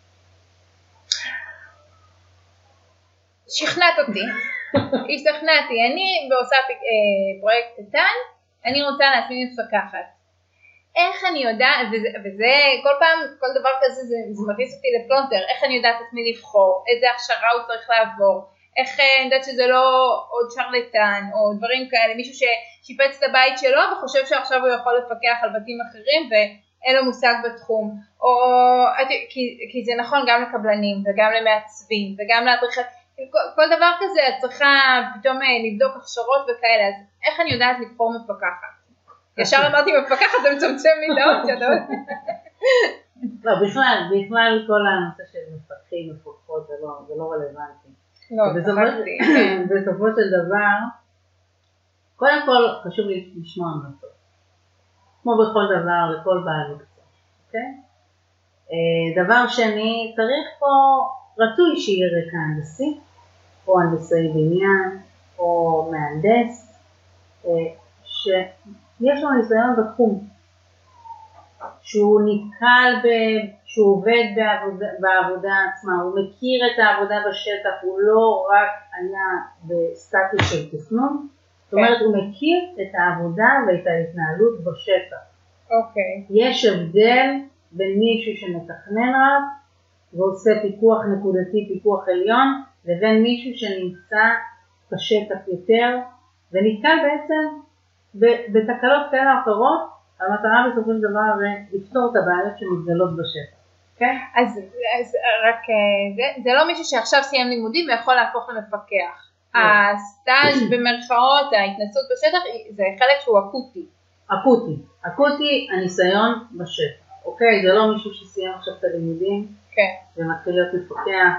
שכנעת אותי, השתכנעתי, אני בעושה פרויקט קטן, אני רוצה להזמין מפקחת. איך אני יודעת, וזה כל פעם, כל דבר כזה זה מכניס אותי לפלונטר, איך אני יודעת את מי לבחור, איזה הכשרה הוא צריך לעבור, איך אני יודעת שזה לא עוד שרלטן או דברים כאלה, מישהו ששיפץ את הבית שלו וחושב שעכשיו הוא יכול לפקח על בתים אחרים ואין לו מושג בתחום, או, כי זה נכון גם לקבלנים וגם למעצבים וגם לאדריכלים, כל דבר כזה את צריכה פתאום לבדוק הכשרות וכאלה, אז איך אני יודעת לבחור מפקחת? ישר אמרתי מפקחת, זה מצמצם לי את האופציה, לא, בכלל כל הנושא של מפקחים, מפקחות, זה לא רלוונטי. בסופו של דבר, קודם כל חשוב לי לשמוע המלצות. כמו בכל דבר, לכל בעל מקצוע. אוקיי? דבר שני, צריך פה, רצוי שיהיה רקע הנדסי, או הנדסי בניין, או מהנדס, שיש לו ניסיון בתחום, שהוא נתקל, שהוא עובד בעבודה עצמה, הוא מכיר את העבודה בשטח, הוא לא רק היה בסטטוס של תכנון, זאת אומרת הוא מכיר את העבודה ואת ההתנהלות בשטח. אוקיי. יש הבדל בין מישהו שמתכנן רק ועושה פיקוח נקודתי, פיקוח עליון, לבין מישהו שנמצא בשטח יותר ונתקל בעצם בתקלות כאלה או אחרות. המטרה בסופו של דבר זה לפתור את הבעיות שמתגלות בשטח. כן? אז רק זה לא מישהו שעכשיו סיים לימודים ויכול להפוך למפקח. הסטאז' במרכאות, ההתנסות בשטח, זה חלק שהוא אקוטי. אקוטי הניסיון בשטח. אוקיי? זה לא מישהו שסיים עכשיו את הלימודים. כן. ומתחיל להיות מפקח.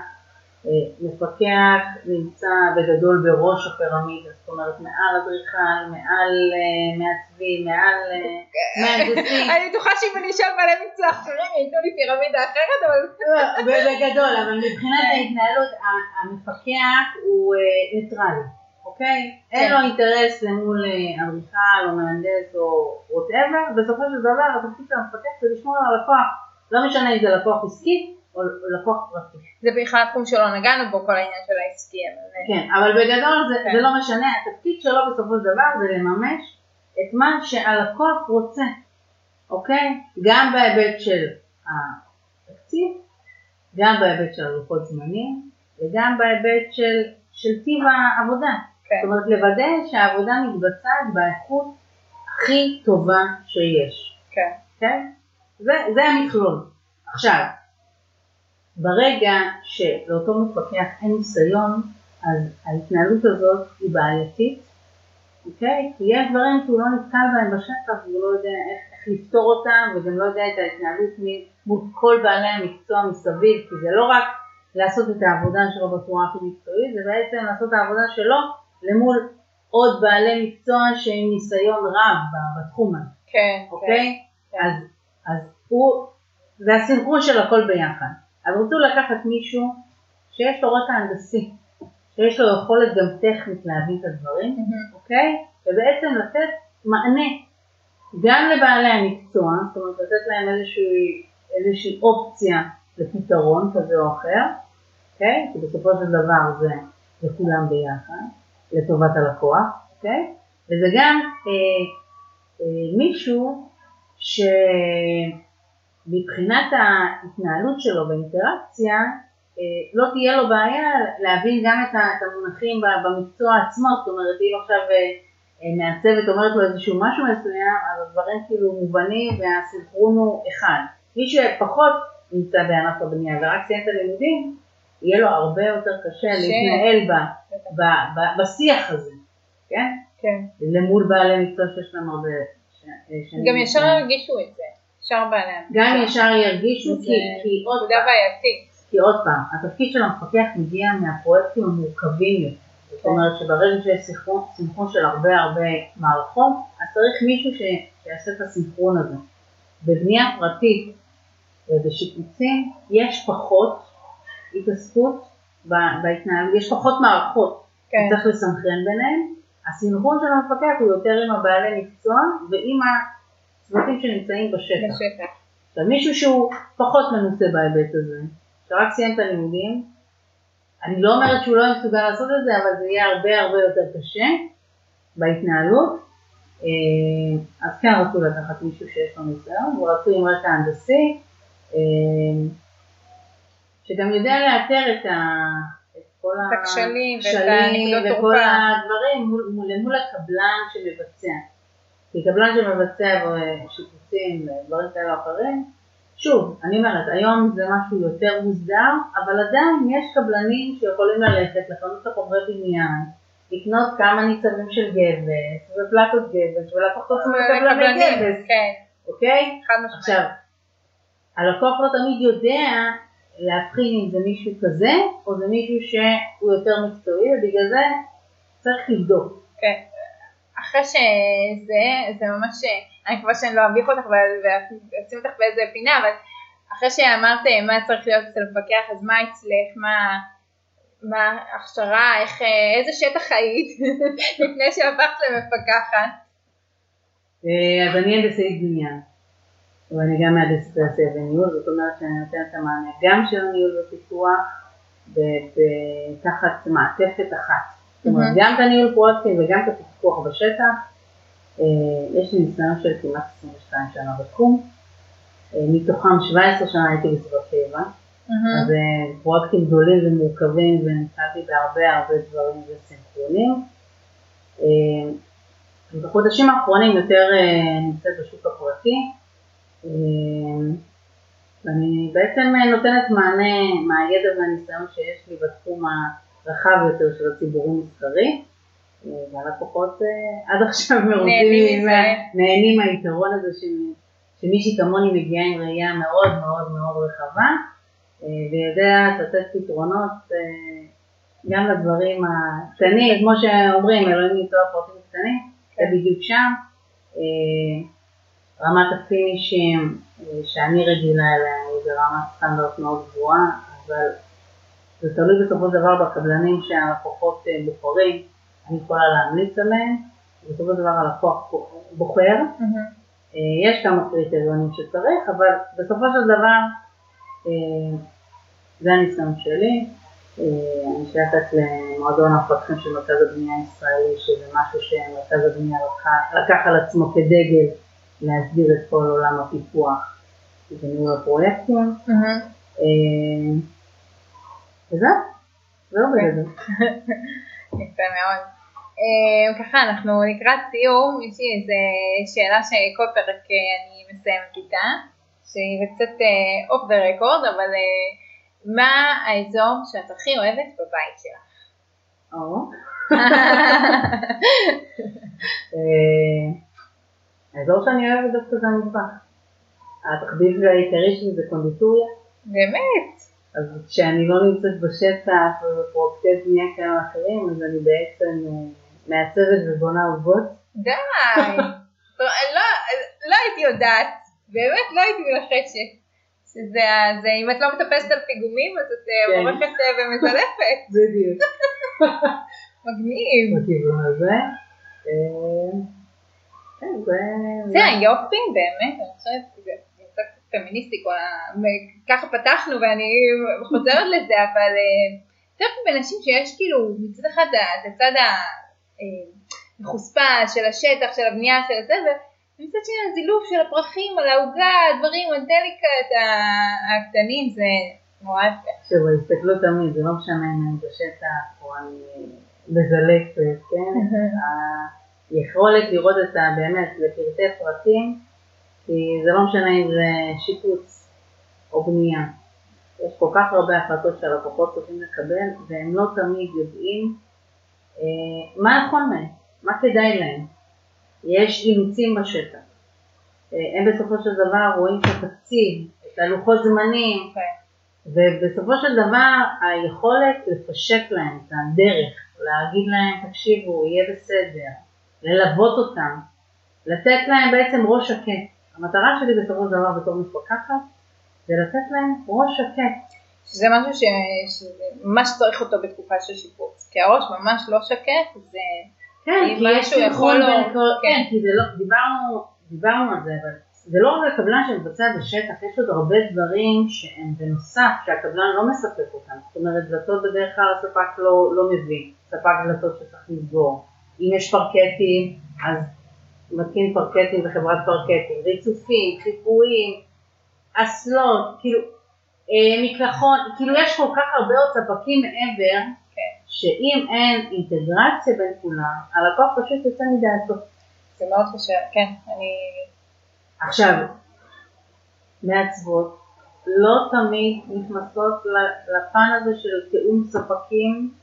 מפקח נמצא בגדול בראש הפירמידה, זאת אומרת מעל אדריכל, מעל מעצבים, מעל מהנדסים. אני בטוחה שאם אני אשאל בעלי מקצוע אחרים, ייתנו לי פירמידה אחרת, אבל... בגדול, אבל מבחינת ההתנהלות, המפקח הוא ניטרלי, אוקיי? אין לו אינטרס למול אדריכל או מהנדס או whatever, בסופו של דבר התפקיד של המפקח זה לשמור על הלקוח, לא משנה אם זה לקוח עסקי, או לקוח פרטי. זה בכלל תחום שלא נגענו בו, כל העניין של העסקי. כן, אבל בגדול זה לא משנה, התפקיד שלו בסופו של דבר זה לממש את מה שהלקוח רוצה, אוקיי? גם בהיבט של התקציב, גם בהיבט של לוחות זמנים, וגם בהיבט של טיב העבודה. זאת אומרת, לוודא שהעבודה מתבצעת באיכות הכי טובה שיש. כן? זה המכלול. עכשיו, ברגע שלאותו מפקח אין ניסיון, אז ההתנהלות הזאת היא בעייתית, אוקיי? כי יש דברים שהוא לא נתקל בהם בשטח, והוא לא יודע איך לפתור אותם, וגם לא יודע את ההתנהלות מול כל בעלי המקצוע מסביב, כי זה לא רק לעשות את העבודה שלו בצורה הכי מקצועית, זה בעצם לעשות את העבודה שלו למול עוד בעלי מקצוע שעם ניסיון רב בתחום הזה. כן. אוקיי? אז זה הסינכרון של הכל ביחד. אז רצו לקחת מישהו שיש לו רקע הנדסי, שיש לו יכולת גם טכנית להבין את הדברים, אוקיי? ובעצם לתת מענה גם לבעלי המקצוע, זאת אומרת לתת להם איזושהי אופציה לפתרון כזה או אחר, אוקיי? כי בסופו של דבר זה לכולם ביחד, לטובת הלקוח, אוקיי? וזה גם מישהו מבחינת ההתנהלות שלו באינטראקציה, לא תהיה לו בעיה להבין גם את המונחים במקצוע עצמו, זאת אומרת, אם עכשיו מעצבת אומרת לו איזשהו משהו מסוים, אז הדברים כאילו מובנים והסינכרון הוא אחד. מי שפחות נמצא בענף הבנייה ורק סיים את הלימודים, יהיה לו הרבה יותר קשה להתנהל בשיח הזה, כן? כן. למול בעלי מקצוע שיש להם הרבה שנים. גם ישר ירגישו את זה, ישר בעלי המקצוע. גם ישר ירגישו, כי עוד נקודה בעייתית. כי עוד פעם, התפקיד של המפקח מגיע מהפרויקטים המורכבים יותר. זאת אומרת שברגע שיש סינכרון של הרבה מערכות, אז צריך מישהו שיעשה את הסינכרון הזה. בבנייה פרטית ובשיפוצים יש פחות התעסקות בהתנהלות, יש פחות מערכות, צריך לסנכרן ביניהם. הסינכרון של המפקח הוא יותר עם הבעלי מקצוע ועם הצוותים שנמצאים בשטח. עכשיו מישהו שהוא פחות מנוסה בהיבט הזה, שרק סיים את הלימודים, אני לא אומרת שהוא לא מסוגל לעשות את זה, אבל זה יהיה הרבה יותר קשה בהתנהלות. אז כן רצו לקחת מישהו שיש לו ניסיון, ורצו עם רקע הנדסי, שגם יודע לאתר את כל הכשלים וכל הדברים מול הקבלן שמבצע. כי קבלן שמבצע שיפוצים ודברים כאלה אחרים, שוב, אני אומרת, היום זה משהו יותר מוסדר, אבל עדיין יש קבלנים שיכולים ללכת, לקנות את חומרי בניין, לקנות כמה ניצבים של גבס, ופלטות גבס, ולהפוך את עצמו לקבלני גבס. אוקיי? חד משמעית. עכשיו, הלקוח לא תמיד יודע להבחין אם זה מישהו כזה, או זה מישהו שהוא יותר מקצועי, ובגלל זה צריך לבדוק. כן. אחרי שזה ממש, אני מקווה שאני לא אביך אותך ואשים אותך באיזה פינה, אבל אחרי שאמרת מה צריך להיות אצל מפקח, אז מה אצלך, מה הכשרה, איזה שטח היית לפני שהפכת למפקחת? אז אני הנדסאית בניין, ואני גם מהנדסת תעשייה וניהול, זאת אומרת שאני נותנת את המענה גם של הניהול ופיתוח, תחת מעטפת אחת. זאת אומרת, גם את הניהול פרויקטים וגם את הפיקוח בשטח. יש לי ניסיון של כמעט 22 שנה בתחום, מתוכם 17 שנה הייתי בסביבות קבע, אז פרויקטים גדולים ומורכבים ונתקלתי בהרבה דברים וסינכרונים. בחודשים האחרונים יותר נמצאת בשוק הפרטי, ואני בעצם נותנת מענה מהידע והניסיון שיש לי בתחום הרחב יותר של הציבורי מסחרי, והלקוחות עד עכשיו מרוצים, נהנים מהיתרון הזה שמישהי כמוני מגיעה עם ראייה מאוד רחבה, ויודעת לתת פתרונות גם לדברים הקטנים, כמו שאומרים, אלוהים ניתוח פרטים קטנים, זה בדיוק שם. רמת הפינישים שאני רגילה אליהם היא ברמת סטנדרט מאוד גבוהה, אבל זה תלוי בסופו של דבר בקבלנים שהלקוחות בוחרים. אני יכולה להמליץ עליהם, בסופו של דבר הלקוח בוחר. יש כמה קריטריונים שצריך, אבל בסופו של דבר זה הניסיון שלי. אני שייכת למועדון המפקחים של מרכז הבנייה הישראלי, שזה משהו שמרכז הבנייה לקח על עצמו כדגל להסדיר את כל עולם הפיתוח וניהול הפרויקטים. זהו בגדול. יפה מאוד. ככה אנחנו לקראת סיום, יש לי איזו שאלה שכל פרק אני מסיימת איתה, שהיא קצת off the record, אבל מה האזור שאת הכי אוהבת בבית שלך? האזור שאני אוהבת דווקא זה המטבח. התחביב העיקרי שלי זה קונדיטוריה. באמת? אז כשאני לא נמצאת בשטח ובפרויקטי בנייה כאלה אחרים, אז אני בעצם מעצבת ובונה עוגות. די! לא הייתי יודעת, באמת לא הייתי מלחשת. אם את לא מטפסת על פיגומים, אז את מורכת ומזלפת. בדיוק. מגניב. בכיוון הזה. זה היופי, באמת, אני חושבת, זה קצת פמיניסטי, ככה פתחנו ואני חוזרת לזה, אבל צריך בנשים שיש כאילו מצד אחד את הצד החוספה של השטח, של הבנייה של זה, ומצד שני הזילוף של הפרחים על העוגה, הדברים, הדליקת הקטנים, זה נורא יפה. שוב, ההסתכלות תמיד, זה לא משנה אם אני בשטח או אני בזלפת, כן? היכולת לראות את באמת לפרטי פרטים, כי זה לא משנה אם זה שיפוץ או בנייה. יש כל כך הרבה החלטות שהלקוחות צריכים לקבל, והם לא תמיד יודעים מה נכון מהם. מה כדאי להם. יש אילוצים בשטח. הם בסופו של דבר רואים את התקציב, את הלוחות זמנים, ובסופו של דבר היכולת לפשט להם את הדרך, להגיד להם תקשיבו, יהיה בסדר, ללוות אותם, לתת להם בעצם ראש שקט. המטרה שלי בסופו של דבר בתור מפקחת, זה לתת להם ראש שקט. שזה משהו שממש צריך אותו בתקופה של שיפוץ, כי הראש ממש לא שקט, זה... כן, כי יש יכול לו... כן, כי זה לא, דיברנו על זה, אבל זה לא רק הקבלן שמבצע בשטח, יש עוד הרבה דברים שהם בנוסף, שהקבלן לא מספק אותם. זאת אומרת, דלתות בדרך כלל הספק לא מביא, ספק דלתות שצריך לסגור. אם יש פרקטים, אז מתקין פרקטים בחברת פרקטים, ריצופים, חיפויים, אסלות, כאילו, מקלחון, כאילו יש כל כך הרבה עוד ספקים מעבר, שאם אין אינטגרציה בין כולם, הלקוח פשוט יוצא מדעתו. זה מאוד חשוב, כן, אני... עכשיו, מעצבות לא תמיד נכנסות לפן הזה של תיאום ספקים,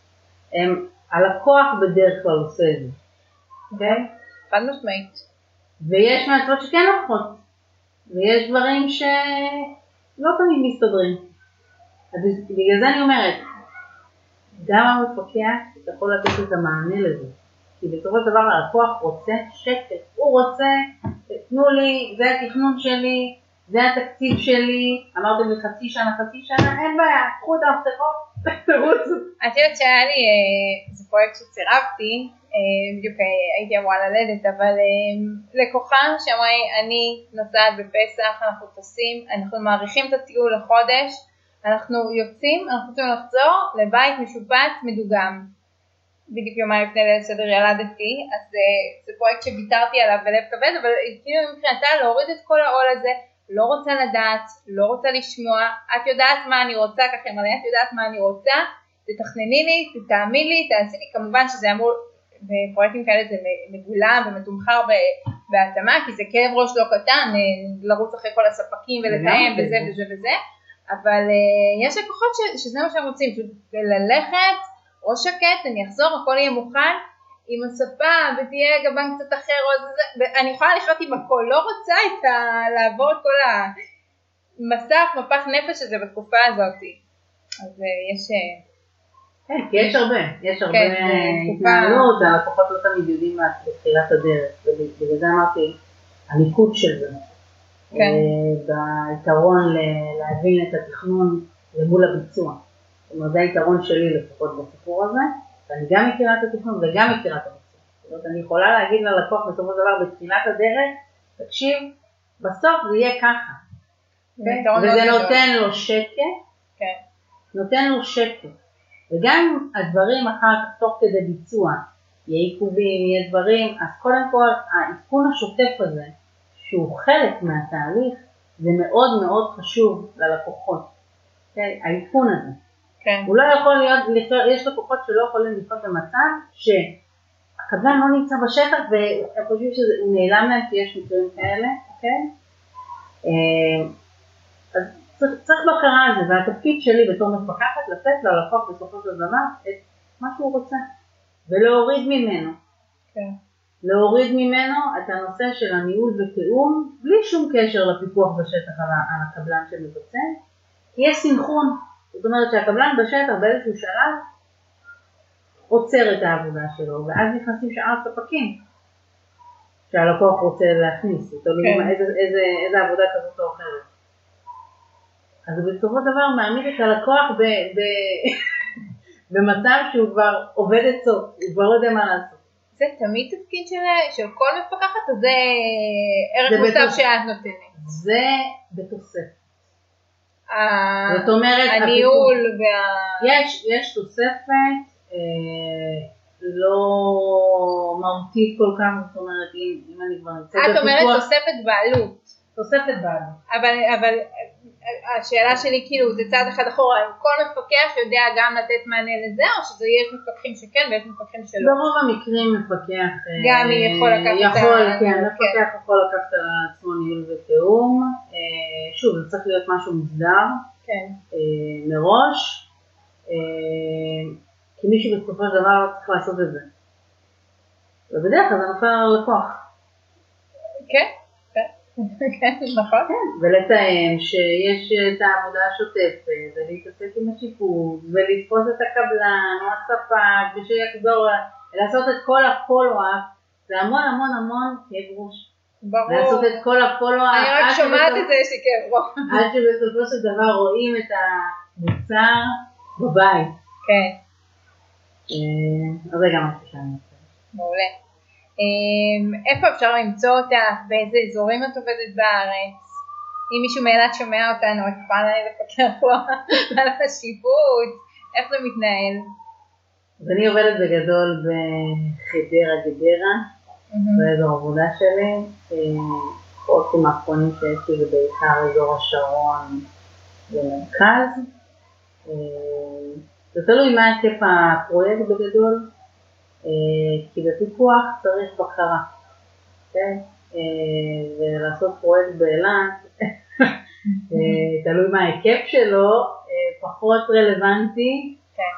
הלקוח בדרך כלל עושה את זה, אוקיי? חד משמעית. ויש מעצבות שכן לוקחות, ויש דברים שלא תמיד מסתדרים. אז בגלל זה אני אומרת, גם המפקח יכול לתת את המענה לזה. כי בסופו של דבר הלקוח רוצה שקט, הוא רוצה, תנו לי, זה התכנון שלי, זה התקציב שלי, אמרתם לי חצי שנה, אין בעיה, קחו את ההפתחות, תרוצו. את יודעת שהיה לי, זה פרויקט שצירפתי, בדיוק הייתי אמורה ללדת, אבל לקוחה שאמרה, אני נוסעת בפסח, אנחנו טסים, אנחנו מעריכים את הטיול לחודש, אנחנו יוצאים, אנחנו רוצים לחזור לבית משופץ מדוגם. בדיוק יומיים לפני ליל סדר ילדתי, אז זה פרויקט שוויתרתי עליו בלב כבד, אבל כאילו מבחינתה להוריד את כל העול הזה, לא רוצה לדעת, לא רוצה לשמוע, את יודעת מה אני רוצה, ככה אמרה לי, את יודעת מה אני רוצה, תתכנני לי, תתאמין לי, תעשי לי, כמובן שזה אמור, בפרויקטים כאלה זה מגולם ומתומחר בהתאמה, כי זה כאב ראש לא קטן, לרוץ אחרי כל הספקים ולתאם וזה וזה וזה, אבל יש לקוחות שזה מה שהם רוצים, ללכת, ראש שקט, אני אחזור, הכל יהיה מוכן, עם השפה ותהיה גבן קצת אחר, אני יכולה לחיות עם הכל, לא רוצה לעבור את כל המסך, מפח נפש הזה בתקופה הזאת. אז יש... כן, כי יש הרבה התנהלות, הלקוחות לא תמיד יודעים בתחילת הדרך, ובגלל זה אמרתי, המיקוד של זה. ביתרון להבין את התכנון למול הביצוע. זאת אומרת, זה היתרון שלי לפחות בסיפור הזה, שאני גם מכירה את התכנון וגם מכירה את הביצוע. זאת אומרת, אני יכולה להגיד ללקוח בסופו של דבר בתחילת הדרך, תקשיב, בסוף זה יהיה ככה. וזה נותן לו שקט, נותן לו שקט. וגם הדברים אחר כך תוך כדי ביצוע, יהיה עיכובים, יהיה דברים, אז קודם כל העדכון השוטף הזה, שהוא חלק מהתהליך, זה מאוד מאוד חשוב ללקוחות. העדכון הזה. הוא לא יכול להיות, יש לקוחות שלא יכולים לחיות במצב שהקבלן לא נמצא בשטח והם חושבים שהוא נעלם להם כי יש מקרים כאלה, אוקיי? אז צריך בקרה על זה, והתפקיד שלי בתור מפקחת לתת ללקוח בסופו של דבר את מה שהוא רוצה, ולהוריד ממנו. להוריד ממנו את הנושא של הניהול ותיאום, בלי שום קשר לפיקוח בשטח על הקבלן שמבצע, כי יש סינכרון. זאת אומרת שהקבלן בשטח באיזשהו שלב עוצר את העבודה שלו, ואז נכנסים שאר ספקים שהלקוח רוצה להכניס, איזה עבודה כזאת או אחרת. אז בסופו של דבר מעמיד את הלקוח במצב שהוא כבר עובד אצלו, הוא כבר לא יודע מה לעשות. זה תמיד תפקיד של כל מפקחת, או זה ערך מוסף שאת נותנת? זה בתוספת. זאת אומרת, הניהול יש תוספת לא מהותית כל כך, זאת אומרת, אם אני כבר נמצאת בפיקוח. את אומרת תוספת בעלות. תוספת בעלות. אבל השאלה שלי כאילו, זה צעד אחד אחורה, אם כל מפקח יודע גם לתת מענה לזה, או שזה יש מפקחים שכן ויש מפקחים שלא? ברוב המקרים מפקח גם יכול לקחת מפקח יכול לקחת על עצמו ניהול ותיאום. שוב, זה צריך להיות משהו מוסדר מראש, כי מישהו בסופו של דבר צריך לעשות את זה. ובדרך כלל זה נופל על הלקוח. כן, כן, נכון. ולתאם שיש את העבודה השוטפת, ולהתעסק עם השיפוט, ולתפוס את הקבלן או הספק, ושיחזור, לעשות את כל הפולו-אפ, זה המון המון המון כאב ראש. ברור. לעשות את כל הפולו-אפ. אני רק שומעת את זה שכאב ראש. עד שבסופו של דבר רואים את המוצר בבית. כן. אז זה גם משהו שאני עושה. מעולה. איפה אפשר למצוא אותך? באיזה אזורים את עובדת בארץ? אם מישהו מאילת שומע אותנו, את יכולה לפקח לו על השיפוט, איך זה מתנהל? אז אני עובדת בגדול בחדרה גדרה, באזור העבודה שלי. פרויקטים האחרונים שיש לי זה בעיקר אזור השרון ומרכז. זה תלוי מה היקף הפרויקט בגדול, כי בפיקוח צריך בקרה, כן? ולעשות פרויקט באילת, תלוי מה ההיקף שלו, פחות רלוונטי,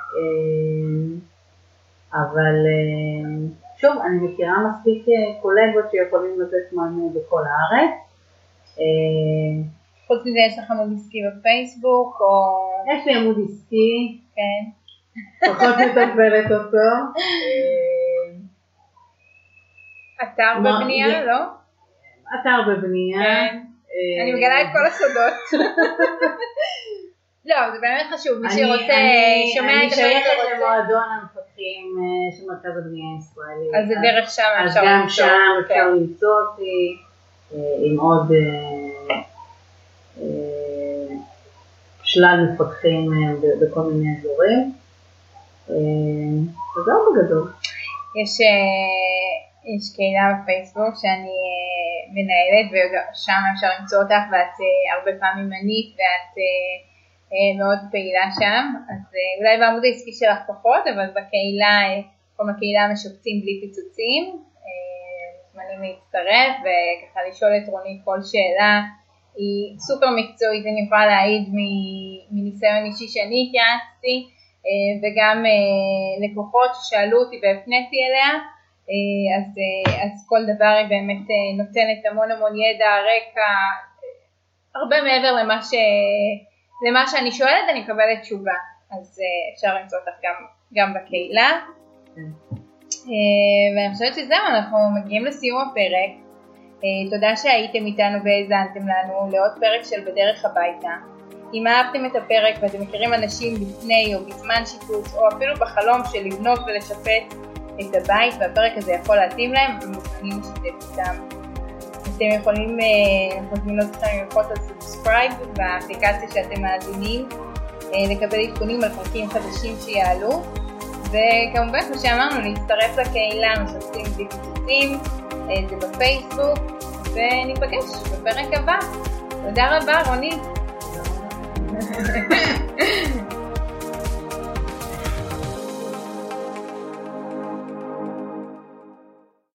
אבל שוב, אני מכירה מספיק קולגות שיכולים לתת מענה בכל הארץ. חוץ מזה יש לך עמוד עסקי בפייסבוק או... יש לי עמוד עסקי. כן. פחות מתפעלת אותו. אתר בבנייה, לא? אתר בבנייה. כן. אני מגלה את כל הסודות. לא, זה באמת חשוב, מי שרוצה, שומע את אני שייכת למועדון המפתחים של מרכז הבנייה הישראלי. אז זה דרך שם אפשר למצוא. אז גם שם אפשר למצוא אותי, עם עוד שלל מפתחים בכל מיני אזורים. אז זהו בגדול. יש קהילה בפייסבוק שאני מנהלת, ושם אפשר למצוא אותך, ואת הרבה פעמים ענית, ואת מאוד פעילה שם, אז אולי בעמוד העסקי שלך פחות, אבל בקהילה, כל הקהילה משופצים בלי פיצוצים, מוזמנים להצטרף, וככה לשאול את רוני כל שאלה, היא סופר מקצועית, אני יכולה להעיד מניסיון אישי שאני התייעצתי, וגם לקוחות ששאלו אותי והפניתי אליה, אז כל דבר היא באמת נותנת המון ידע, רקע, הרבה מעבר למה שאני שואלת, אני מקבלת תשובה, אז אפשר למצוא אותך גם בקהילה. ואני חושבת שזהו, אנחנו מגיעים לסיום הפרק. תודה שהייתם איתנו והאזנתם לנו לעוד פרק של בדרך הביתה. אם אהבתם את הפרק ואתם מכירים אנשים לפני או בזמן שיפוץ, או אפילו בחלום של לבנות ולשפץ את הבית, והפרק הזה יכול להתאים להם, אתם מוזמנים לשתף איתם. אתם יכולים להזמינות אתכם ללחוץ על סאבסקרייב באפליקציה שאתם מאזינים, לקבל עדכונים על פרקים חדשים שיעלו, וכמובן כמו שאמרנו, להצטרף לקהילה משתפים בלי פיצוצים, זה בפייסבוק, וניפגש בפרק הבא. תודה רבה רוני.